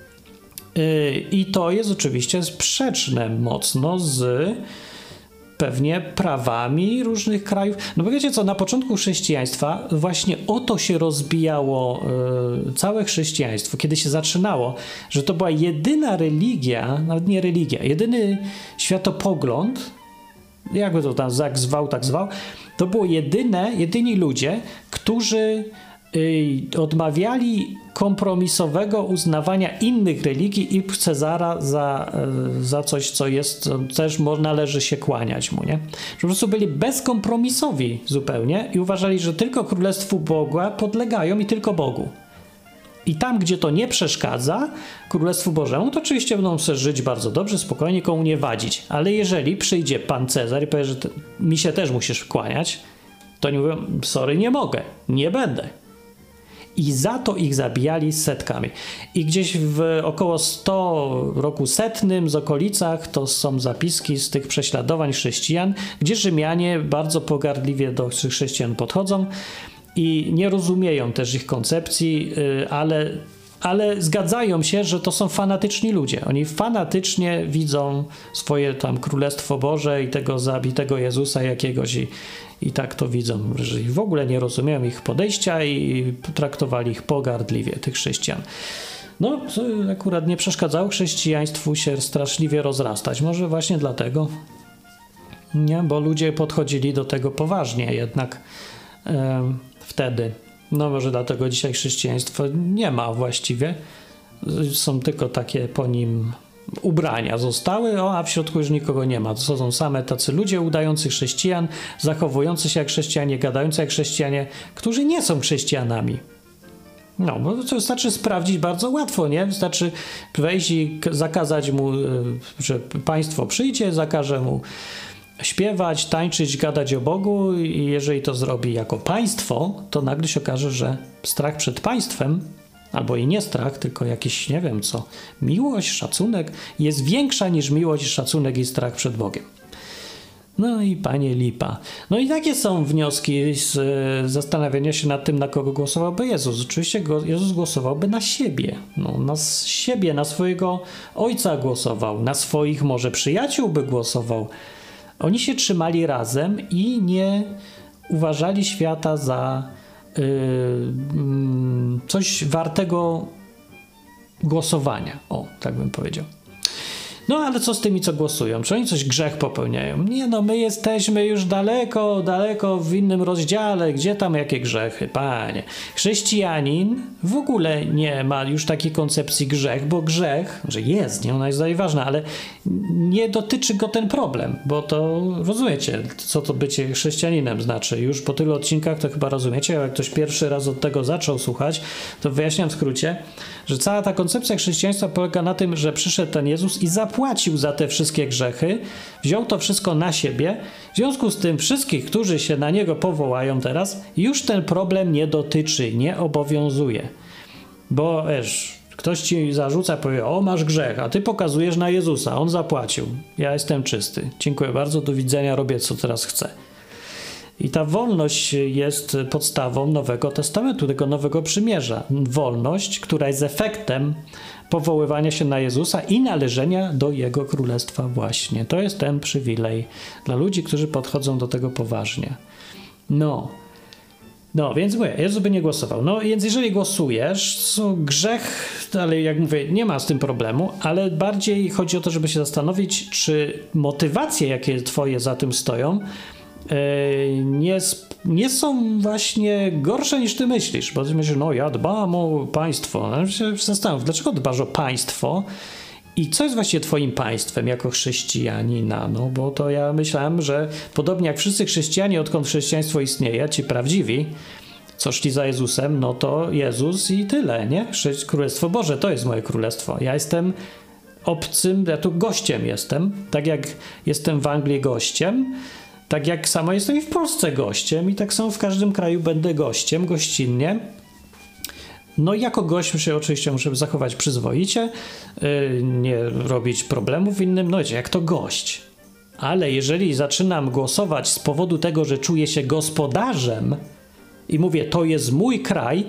I to jest oczywiście sprzeczne mocno z pewnie prawami różnych krajów. No bo wiecie co, na początku chrześcijaństwa właśnie o to się rozbijało całe chrześcijaństwo, kiedy się zaczynało, że to była jedyna religia, nawet nie religia, jedyny światopogląd, jakby to tam tak zwał, to było jedyni ludzie, którzy odmawiali kompromisowego uznawania innych religii i Cezara za coś, co jest, też należy się kłaniać mu, nie? Że po prostu byli bezkompromisowi zupełnie i uważali, że tylko Królestwu Boga podlegają i tylko Bogu. I tam, gdzie to nie przeszkadza Królestwu Bożemu, to oczywiście będą sobie żyć bardzo dobrze, spokojnie, komu nie wadzić. Ale jeżeli przyjdzie pan Cezar i powie, że mi się też musisz kłaniać, to oni mówią, sorry, nie mogę, nie będę. I za to ich zabijali setkami. I gdzieś w około roku 100 z okolicach to są zapiski z tych prześladowań chrześcijan, gdzie Rzymianie bardzo pogardliwie do chrześcijan podchodzą i nie rozumieją też ich koncepcji, ale zgadzają się, że to są fanatyczni ludzie. Oni fanatycznie widzą swoje tam Królestwo Boże i tego zabitego Jezusa jakiegoś i tak to widzą, że w ogóle nie rozumieją ich podejścia i traktowali ich pogardliwie, tych chrześcijan. No, akurat nie przeszkadzało chrześcijaństwu się straszliwie rozrastać. Może właśnie dlatego, nie? Bo ludzie podchodzili do tego poważnie jednak wtedy. No może dlatego dzisiaj chrześcijaństwo nie ma właściwie. Są tylko takie po nim ubrania zostały, a w środku już nikogo nie ma. To są same tacy ludzie udający chrześcijan, zachowujący się jak chrześcijanie, gadający jak chrześcijanie, którzy nie są chrześcijanami. No, bo to wystarczy sprawdzić bardzo łatwo, nie? Wystarczy wejść i zakazać mu, że państwo przyjdzie, zakaże mu śpiewać, tańczyć, gadać o Bogu i jeżeli to zrobi jako państwo, to nagle się okaże, że strach przed państwem, albo i nie strach, tylko jakiś, nie wiem co, miłość, szacunek jest większa niż miłość, szacunek i strach przed Bogiem. No i panie lipa. No i takie są wnioski z zastanawiania się nad tym, na kogo głosowałby Jezus. Oczywiście Jezus głosowałby na siebie. No, na siebie, na swojego ojca głosował, na swoich może przyjaciół by głosował. Oni się trzymali razem i nie uważali świata za coś wartego głosowania. O, tak bym powiedział. No ale co z tymi, co głosują? Czy oni coś grzech popełniają? Nie, no my jesteśmy już daleko, daleko w innym rozdziale. Gdzie tam jakie grzechy? Panie. Chrześcijanin w ogóle nie ma już takiej koncepcji grzech, bo grzech, że jest, nie, ona jest ważna, ale nie dotyczy go ten problem, bo to rozumiecie, co to bycie chrześcijaninem znaczy. Już po tylu odcinkach to chyba rozumiecie, jak ktoś pierwszy raz od tego zaczął słuchać, to wyjaśniam w skrócie, że cała ta koncepcja chrześcijaństwa polega na tym, że przyszedł ten Jezus i zapłacił za te wszystkie grzechy, wziął to wszystko na siebie, w związku z tym wszystkich, którzy się na Niego powołają teraz, już ten problem nie dotyczy, nie obowiązuje. Bo wiesz, ktoś ci zarzuca, powie, o masz grzech, a ty pokazujesz na Jezusa, On zapłacił, ja jestem czysty, dziękuję bardzo, do widzenia, robię co teraz chcę. I ta wolność jest podstawą Nowego Testamentu, tego Nowego Przymierza. Wolność, która jest efektem powoływania się na Jezusa i należenia do Jego Królestwa właśnie. To jest ten przywilej dla ludzi, którzy podchodzą do tego poważnie. No, więc mówię, Jezus by nie głosował. No, więc jeżeli głosujesz, to grzech, ale jak mówię, nie ma z tym problemu, ale bardziej chodzi o to, żeby się zastanowić, czy motywacje, jakie twoje za tym stoją, nie są właśnie gorsze niż ty myślisz, bo ty myślisz, no ja dbam o państwo. No, się zastanów, dlaczego dbasz o państwo i co jest właściwie twoim państwem jako chrześcijanina? No bo to ja myślałem, że podobnie jak wszyscy chrześcijanie, odkąd chrześcijaństwo istnieje, ci prawdziwi, co szli za Jezusem, no to Jezus i tyle, nie? Królestwo Boże, to jest moje królestwo. Ja jestem obcym, ja tu gościem jestem, tak jak jestem w Anglii gościem, tak jak samo jestem i w Polsce gościem i tak samo w każdym kraju będę gościem, gościnnie. No i jako gość się oczywiście muszę zachować przyzwoicie, nie robić problemów innym, no wiecie, jak to gość. Ale jeżeli zaczynam głosować z powodu tego, że czuję się gospodarzem i mówię, to jest mój kraj,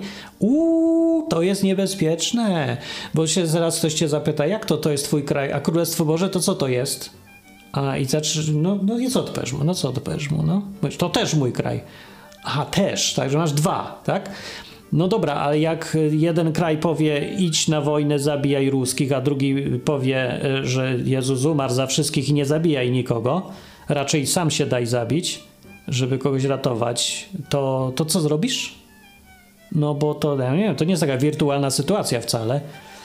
to jest niebezpieczne, bo się zaraz ktoś cię zapyta, jak to jest twój kraj, a Królestwo Boże to co to jest? A i no i co odpowiesz mu? No co odpowiesz mu? No? To też mój kraj. Aha, też, także masz dwa, tak? No dobra, ale jak jeden kraj powie idź na wojnę, zabijaj ruskich, a drugi powie, że Jezus umarł za wszystkich i nie zabijaj nikogo, raczej sam się daj zabić, żeby kogoś ratować, to co zrobisz? No bo to, ja nie wiem, to nie jest taka wirtualna sytuacja wcale,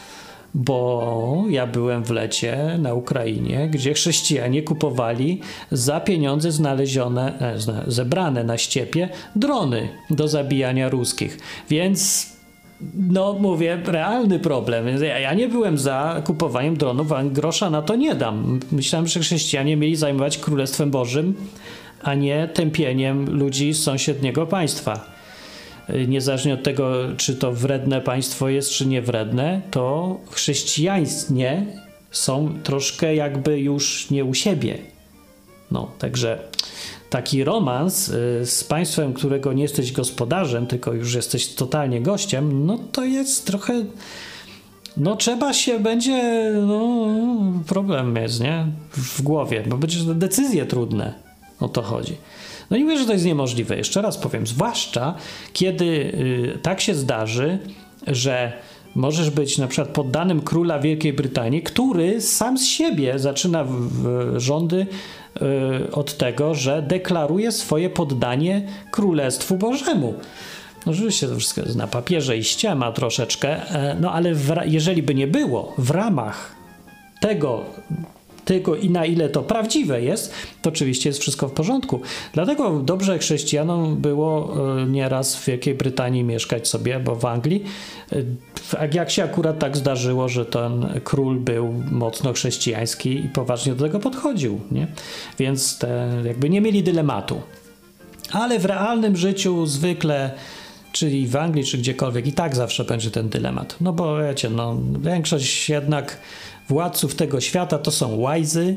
bo ja byłem w lecie na Ukrainie, gdzie chrześcijanie kupowali za pieniądze zebrane na ściepie drony do zabijania ruskich. Więc, no mówię, realny problem. Ja nie byłem za kupowaniem dronów, a grosza na to nie dam. Myślałem, że chrześcijanie mieli zajmować Królestwem Bożym, a nie tępieniem ludzi z sąsiedniego państwa. Niezależnie od tego, czy to wredne państwo jest, czy nie wredne, to chrześcijanie są troszkę jakby już nie u siebie. No, także taki romans z państwem, którego nie jesteś gospodarzem, tylko już jesteś totalnie gościem, no to jest trochę, no trzeba się będzie, no problem jest, nie? W głowie, bo będziesz decyzje trudne, o to chodzi. No nie mówię, że to jest niemożliwe. Jeszcze raz powiem, zwłaszcza kiedy tak się zdarzy, że możesz być na przykład poddanym króla Wielkiej Brytanii, który sam z siebie zaczyna rządy od tego, że deklaruje swoje poddanie Królestwu Bożemu. No oczywiście to wszystko jest na papierze i ściema troszeczkę, no ale jeżeli by nie było w ramach tego Tylko i na ile to prawdziwe jest, to oczywiście jest wszystko w porządku. Dlatego dobrze chrześcijanom było nieraz w Wielkiej Brytanii mieszkać sobie, bo w Anglii, jak się akurat tak zdarzyło, że ten król był mocno chrześcijański i poważnie do tego podchodził, nie? Więc jakby nie mieli dylematu. Ale w realnym życiu zwykle, czyli w Anglii, czy gdziekolwiek, i tak zawsze będzie ten dylemat. No bo wiecie, większość jednak władców tego świata to są łajzy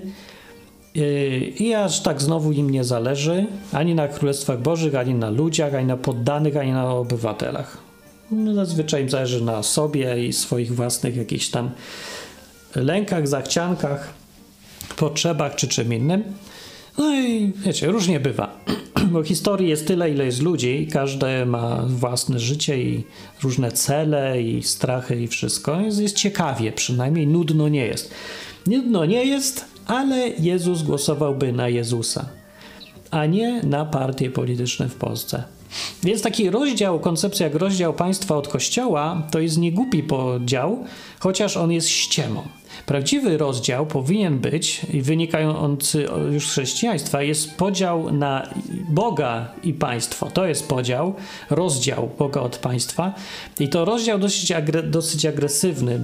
i aż tak znowu im nie zależy ani na królestwach bożych, ani na ludziach, ani na poddanych, ani na obywatelach. Zazwyczaj im zależy na sobie i swoich własnych jakichś tam lękach, zachciankach, potrzebach czy czym innym. No i wiecie, różnie bywa, bo historii jest tyle, ile jest ludzi i każdy ma własne życie i różne cele i strachy i wszystko. Jest ciekawie, przynajmniej nudno nie jest. Nudno nie jest, ale Jezus głosowałby na Jezusa, a nie na partie polityczne w Polsce. Więc taki rozdział, koncepcja jak rozdział państwa od kościoła, to jest niegłupi podział, chociaż on jest ściemą. Prawdziwy rozdział powinien być, i wynikający już z chrześcijaństwa, jest podział na Boga i państwo. To jest podział, rozdział Boga od państwa. I to rozdział dosyć agresywny,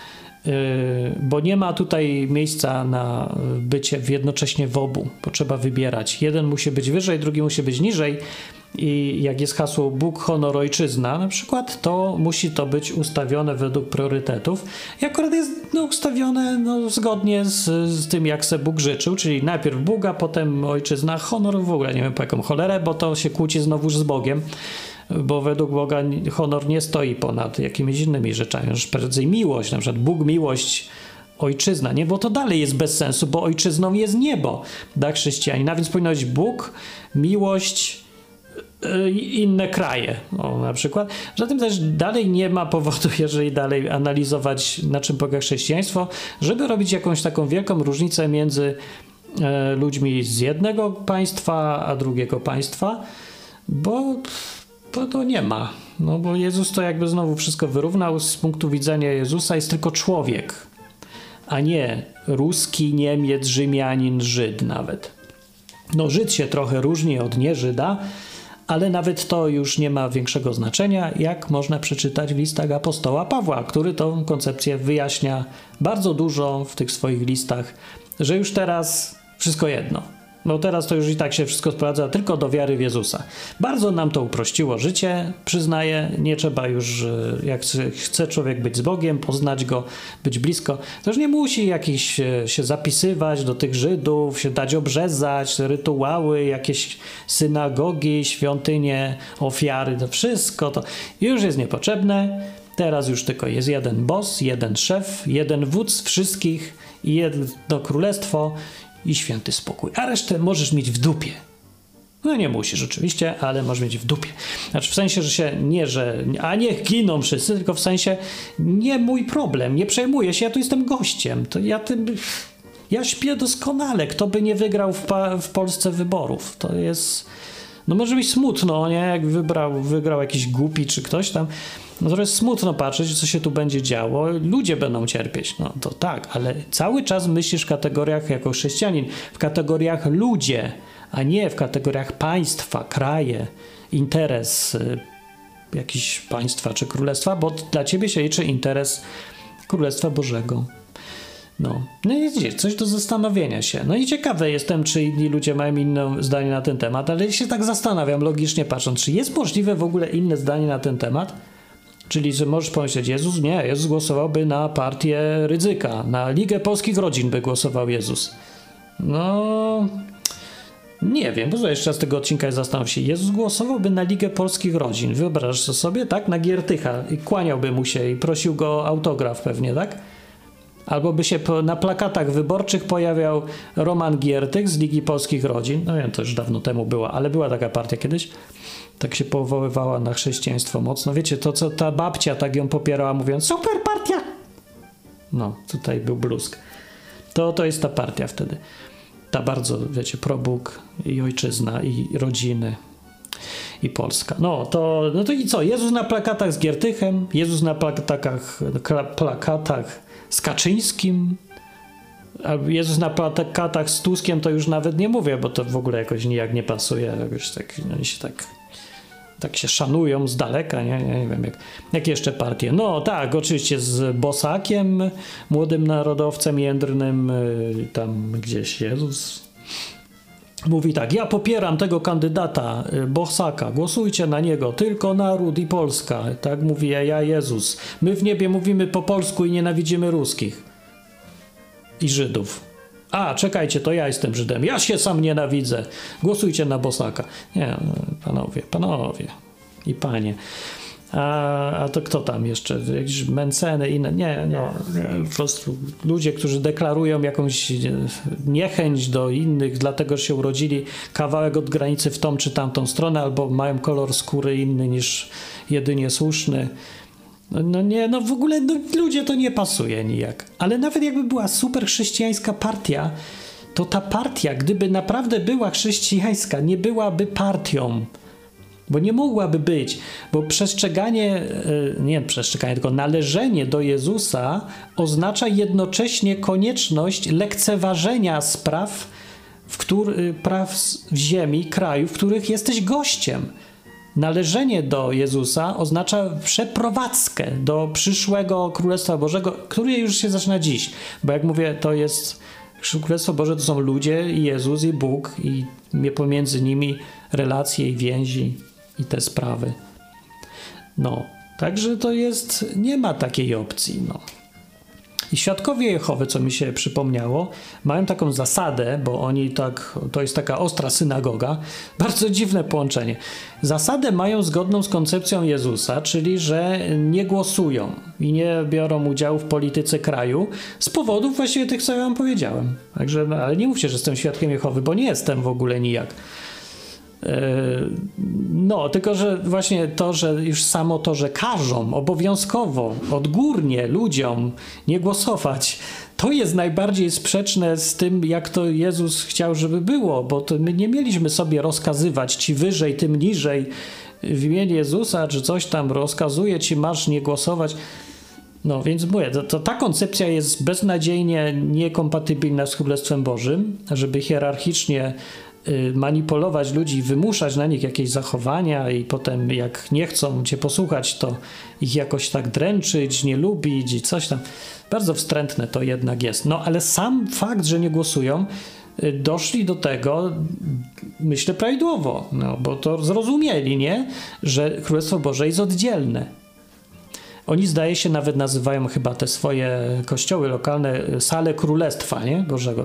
bo nie ma tutaj miejsca na bycie jednocześnie w obu, bo trzeba wybierać. Jeden musi być wyżej, drugi musi być niżej. I jak jest hasło Bóg, honor, ojczyzna na przykład, to musi to być ustawione według priorytetów. I akurat jest ustawione zgodnie z tym, jak se Bóg życzył, czyli najpierw Bóg, a potem ojczyzna, honor w ogóle, nie wiem po jaką cholerę, bo to się kłóci znowuż z Bogiem, bo według Boga honor nie stoi ponad jakimiś innymi rzeczami, już prędzej miłość, na przykład Bóg, miłość, ojczyzna, nie? Bo to dalej jest bez sensu, bo ojczyzną jest niebo dla chrześcijanina, więc powinno być Bóg, miłość, inne kraje, na przykład. Zatem też dalej nie ma powodu, jeżeli dalej analizować, na czym polega chrześcijaństwo, żeby robić jakąś taką wielką różnicę między ludźmi z jednego państwa, a drugiego państwa, bo to nie ma. No bo Jezus to jakby znowu wszystko wyrównał. Z punktu widzenia Jezusa jest tylko człowiek, a nie Ruski, Niemiec, Rzymianin, Żyd nawet. Żyd się trochę różni od nie-Żyda, ale nawet to już nie ma większego znaczenia, jak można przeczytać w listach apostoła Pawła, który tą koncepcję wyjaśnia bardzo dużo w tych swoich listach, że już teraz wszystko jedno. No teraz to już i tak się wszystko sprowadza tylko do wiary w Jezusa. Bardzo nam to uprościło życie, przyznaję. Nie trzeba już, jak chce człowiek być z Bogiem, poznać Go, być blisko, to już nie musi jakiś się zapisywać do tych Żydów, się dać obrzezać, rytuały, jakieś synagogi, świątynie, ofiary, to wszystko to już jest niepotrzebne. Teraz już tylko jest jeden boss, jeden szef, jeden wódz wszystkich i jedno królestwo i święty spokój. A resztę możesz mieć w dupie. No nie musisz oczywiście, ale możesz mieć w dupie. Znaczy w sensie, a niech giną wszyscy, tylko w sensie nie mój problem, nie przejmuję się, ja tu jestem gościem. To ja śpię doskonale, kto by nie wygrał w Polsce wyborów. To jest, może być smutno, nie? Jak wygrał jakiś głupi czy ktoś tam. To jest smutno patrzeć, co się tu będzie działo. Ludzie będą cierpieć. To tak, ale cały czas myślisz w kategoriach jako chrześcijanin, w kategoriach ludzie, a nie w kategoriach państwa, kraje, interes jakiś państwa czy królestwa, bo dla ciebie się liczy interes Królestwa Bożego. No i coś do zastanowienia się. No i ciekawe jestem, czy inni ludzie mają inne zdanie na ten temat, ale się tak zastanawiam, logicznie patrząc, czy jest możliwe w ogóle inne zdanie na ten temat? Czyli, że możesz pomyśleć, Jezus głosowałby na partię Rydzyka, na Ligę Polskich Rodzin by głosował Jezus. Nie wiem, bo jeszcze z tego odcinka zastanów się. Jezus głosowałby na Ligę Polskich Rodzin. Wyobrażasz to sobie, tak? Na Giertycha i kłaniałby mu się i prosił go o autograf pewnie, tak? Albo by się na plakatach wyborczych pojawiał Roman Giertych z Ligi Polskich Rodzin. No wiem, to już dawno temu była, ale była taka partia kiedyś. Tak się powoływała na chrześcijaństwo mocno. Wiecie, to co ta babcia tak ją popierała, mówiąc super partia! Tutaj był blusk. To jest ta partia wtedy. Ta bardzo, wiecie, probóg i ojczyzna i rodziny i Polska. No to i co? Jezus na plakatach z Giertychem, Jezus na plakatach z Kaczyńskim, A Jezus na plakatach z Tuskiem to już nawet nie mówię, bo to w ogóle jakoś nijak nie pasuje. Jakoś tak, oni się tak się szanują z daleka, nie wiem, jak jeszcze partie. No tak, oczywiście z Bosakiem, młodym narodowcem jędrnym, tam gdzieś Jezus mówi tak: ja popieram tego kandydata Bosaka, głosujcie na niego, tylko naród i Polska. Tak mówi ja Jezus. My w niebie mówimy po polsku i nienawidzimy ruskich i Żydów. A, czekajcie, to ja jestem Żydem. Ja się sam nienawidzę. Głosujcie na Bosaka. Nie, panowie i panie. A to kto tam jeszcze? Jakieś Menceny i inne? Nie. Po prostu ludzie, którzy deklarują jakąś niechęć do innych, dlatego że się urodzili kawałek od granicy w tą czy tamtą stronę, albo mają kolor skóry inny niż jedynie słuszny. W ogóle ludzie to nie pasuje nijak. Ale nawet jakby była super chrześcijańska partia, to ta partia, gdyby naprawdę była chrześcijańska, nie byłaby partią. Bo nie mogłaby być, bo tylko należenie do Jezusa oznacza jednocześnie konieczność lekceważenia praw w ziemi, kraju, w których jesteś gościem. Należenie do Jezusa oznacza przeprowadzkę do przyszłego Królestwa Bożego, które już się zaczyna dziś. Bo jak mówię, to jest Królestwo Boże, to są ludzie i Jezus i Bóg i pomiędzy nimi relacje i więzi i te sprawy. Także to jest, nie ma takiej opcji, I Świadkowie Jehowy, co mi się przypomniało, mają taką zasadę, bo oni to jest taka ostra synagoga, bardzo dziwne połączenie. Zasadę mają zgodną z koncepcją Jezusa, czyli że nie głosują i nie biorą udziału w polityce kraju z powodów właściwie tych, co ja wam powiedziałem. Także, ale nie mówcie, że jestem Świadkiem Jehowy, bo nie jestem w ogóle nijak. Tylko że właśnie to, że już samo to, że każą obowiązkowo, odgórnie ludziom nie głosować, to jest najbardziej sprzeczne z tym, jak to Jezus chciał, żeby było, bo to my nie mieliśmy sobie rozkazywać ci wyżej, tym niżej w imieniu Jezusa, czy coś tam rozkazuje ci, masz nie głosować. Więc mówię, to ta koncepcja jest beznadziejnie niekompatybilna z Królestwem Bożym, żeby hierarchicznie manipulować ludzi i wymuszać na nich jakieś zachowania i potem jak nie chcą cię posłuchać, to ich jakoś tak dręczyć, nie lubić i coś tam. Bardzo wstrętne to jednak jest. Ale sam fakt, że nie głosują, doszli do tego, myślę, prawidłowo, bo to zrozumieli, nie? Że Królestwo Boże jest oddzielne. Oni, zdaje się, nawet nazywają chyba te swoje kościoły lokalne sale Królestwa, nie? Bożego.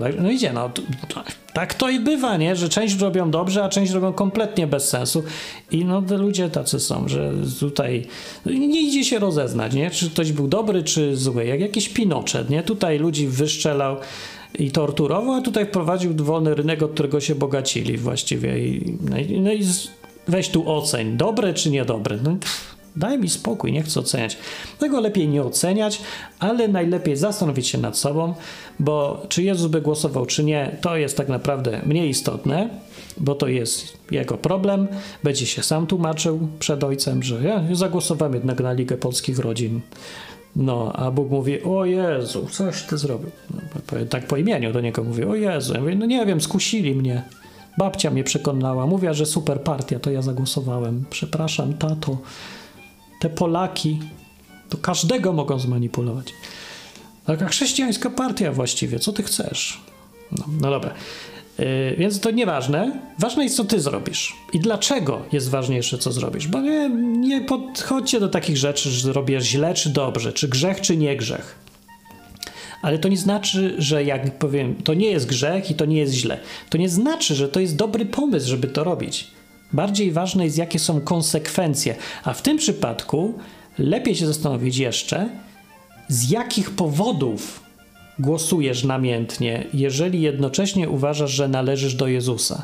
Tak to i bywa, nie? Że część robią dobrze, a część robią kompletnie bez sensu. I te ludzie tacy są, że tutaj nie idzie się rozeznać, nie? Czy ktoś był dobry, czy zły. Jak jakiś Pinochet, nie? Tutaj ludzi wyszczelał i torturował, a tutaj wprowadził wolny rynek, od którego się bogacili właściwie. I weź tu oceń, dobre czy niedobre. Daj mi spokój, nie chcę oceniać. Tego lepiej nie oceniać, ale najlepiej zastanowić się nad sobą, bo czy Jezus by głosował, czy nie, to jest tak naprawdę mniej istotne, bo to jest jego problem. Będzie się sam tłumaczył przed Ojcem, że ja zagłosowałem jednak na Ligę Polskich Rodzin. A Bóg mówi: o Jezu, coś ty zrobił. Tak po imieniu do niego mówi: o Jezu. Ja mówię: nie wiem, skusili mnie. Babcia mnie przekonała. Mówiła, że super partia, to ja zagłosowałem. Przepraszam, tato. Te Polaki to każdego mogą zmanipulować. Taka chrześcijańska partia właściwie. Co ty chcesz? Dobra. Więc to nieważne. Ważne jest, co ty zrobisz. I dlaczego jest ważniejsze, co zrobisz. Bo nie podchodźcie do takich rzeczy, że robisz źle czy dobrze, czy grzech, czy nie grzech. Ale to nie znaczy, że jak powiem, to nie jest grzech i to nie jest źle. To nie znaczy, że to jest dobry pomysł, żeby to robić. Bardziej ważne jest, jakie są konsekwencje. A w tym przypadku lepiej się zastanowić jeszcze, z jakich powodów głosujesz namiętnie, jeżeli jednocześnie uważasz, że należysz do Jezusa.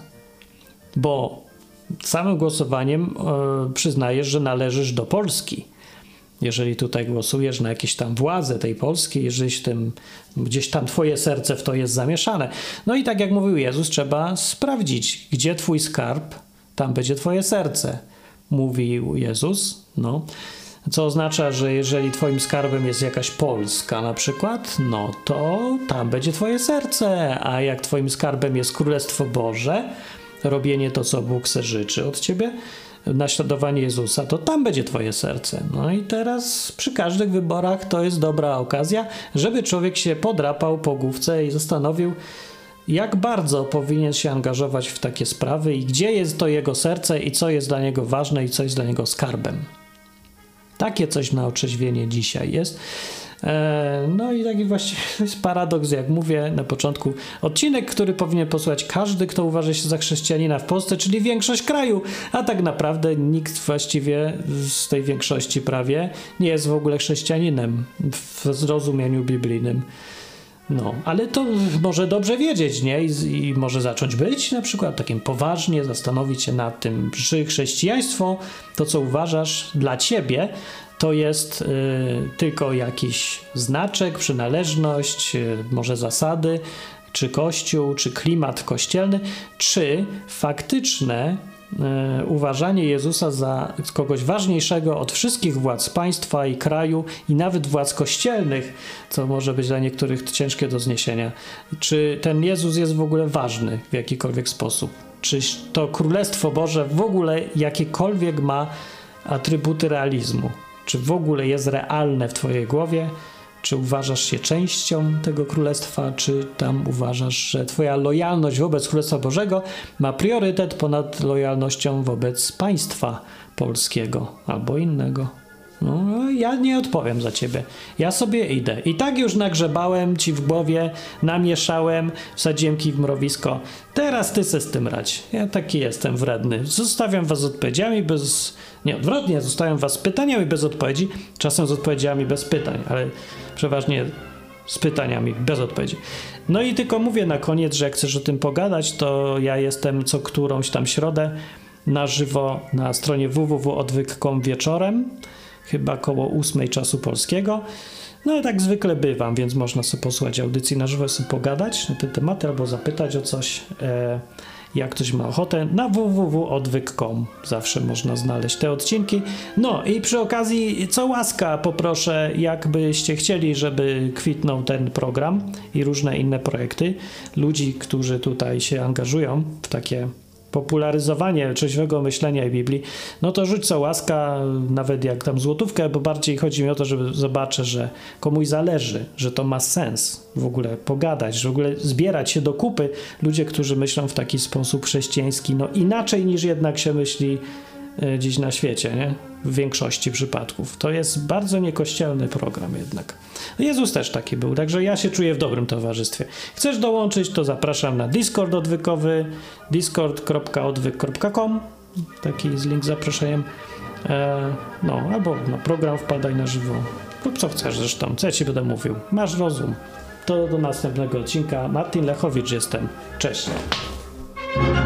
Bo samym głosowaniem przyznajesz, że należysz do Polski. Jeżeli tutaj głosujesz na jakieś tam władze tej Polski, jeżeli gdzieś tam twoje serce w to jest zamieszane. I tak jak mówił Jezus, trzeba sprawdzić, gdzie twój skarb, tam będzie twoje serce, mówił Jezus. co oznacza, że jeżeli twoim skarbem jest jakaś Polska na przykład, no to tam będzie twoje serce, a jak twoim skarbem jest Królestwo Boże, robienie to, co Bóg se życzy od ciebie, naśladowanie Jezusa, to tam będzie twoje serce. No i teraz przy każdych wyborach to jest dobra okazja, żeby człowiek się podrapał po główce i zastanowił, jak bardzo powinien się angażować w takie sprawy i gdzie jest to jego serce i co jest dla niego ważne i co jest dla niego skarbem. Takie coś na otrzeźwienie dzisiaj jest. No i taki właściwie to jest paradoks, jak mówię na początku. Odcinek, który powinien posłuchać każdy, kto uważa się za chrześcijanina w Polsce, czyli większość kraju, a tak naprawdę nikt właściwie z tej większości prawie nie jest w ogóle chrześcijaninem w zrozumieniu biblijnym. No, ale to może dobrze wiedzieć, nie? I może zacząć być na przykład takim poważnie, zastanowić się nad tym, czy chrześcijaństwo, to co uważasz dla ciebie, to jest tylko jakiś znaczek, przynależność, może zasady, czy kościół, czy klimat kościelny, czy faktyczne uważanie Jezusa za kogoś ważniejszego od wszystkich władz państwa i kraju i nawet władz kościelnych, co może być dla niektórych ciężkie do zniesienia. Czy ten Jezus jest w ogóle ważny w jakikolwiek sposób? Czy to Królestwo Boże w ogóle jakiekolwiek ma atrybuty realizmu? Czy w ogóle jest realne w twojej głowie? Czy uważasz się częścią tego królestwa, czy tam uważasz, że twoja lojalność wobec Królestwa Bożego ma priorytet ponad lojalnością wobec państwa polskiego albo innego? No, ja nie odpowiem za ciebie. Ja sobie idę. I tak już nagrzebałem ci w głowie, namieszałem, wsadziłem kij w mrowisko. Teraz ty se z tym radź. Ja taki jestem wredny. Zostawiam was z odpowiedziami Nie, odwrotnie, zostawiam was z pytaniami bez odpowiedzi, czasem z odpowiedziami bez pytań, ale przeważnie z pytaniami bez odpowiedzi. No i tylko mówię na koniec, że jak chcesz o tym pogadać, to ja jestem co którąś tam środę na żywo na stronie www.odwyk.com wieczorem, chyba koło 8 czasu polskiego. No ale tak zwykle bywam, więc można sobie posłuchać audycji na żywo, sobie pogadać na te tematy albo zapytać o coś, jak ktoś ma ochotę. Na www.odwyk.com zawsze można znaleźć te odcinki. No i przy okazji, co łaska poproszę, jakbyście chcieli, żeby kwitnął ten program i różne inne projekty ludzi, którzy tutaj się angażują w takie popularyzowanie trzeźwego myślenia i Biblii, no to rzuć co łaska, nawet jak tam złotówkę, bo bardziej chodzi mi o to, żeby zobaczyć, że komuś zależy, że to ma sens w ogóle pogadać, że w ogóle zbierać się do kupy ludzie, którzy myślą w taki sposób chrześcijański, no inaczej niż jednak się myśli dziś na świecie, nie? W większości przypadków. To jest bardzo niekościelny program jednak. Jezus też taki był, także ja się czuję w dobrym towarzystwie. Chcesz dołączyć, to zapraszam na Discord odwykowy, discord.odwyk.com, taki jest link z zaproszeniem. No, albo na program wpadaj na żywo, lub co chcesz zresztą, co ja ci będę mówił. Masz rozum. To do następnego odcinka. Martin Lechowicz jestem. Cześć.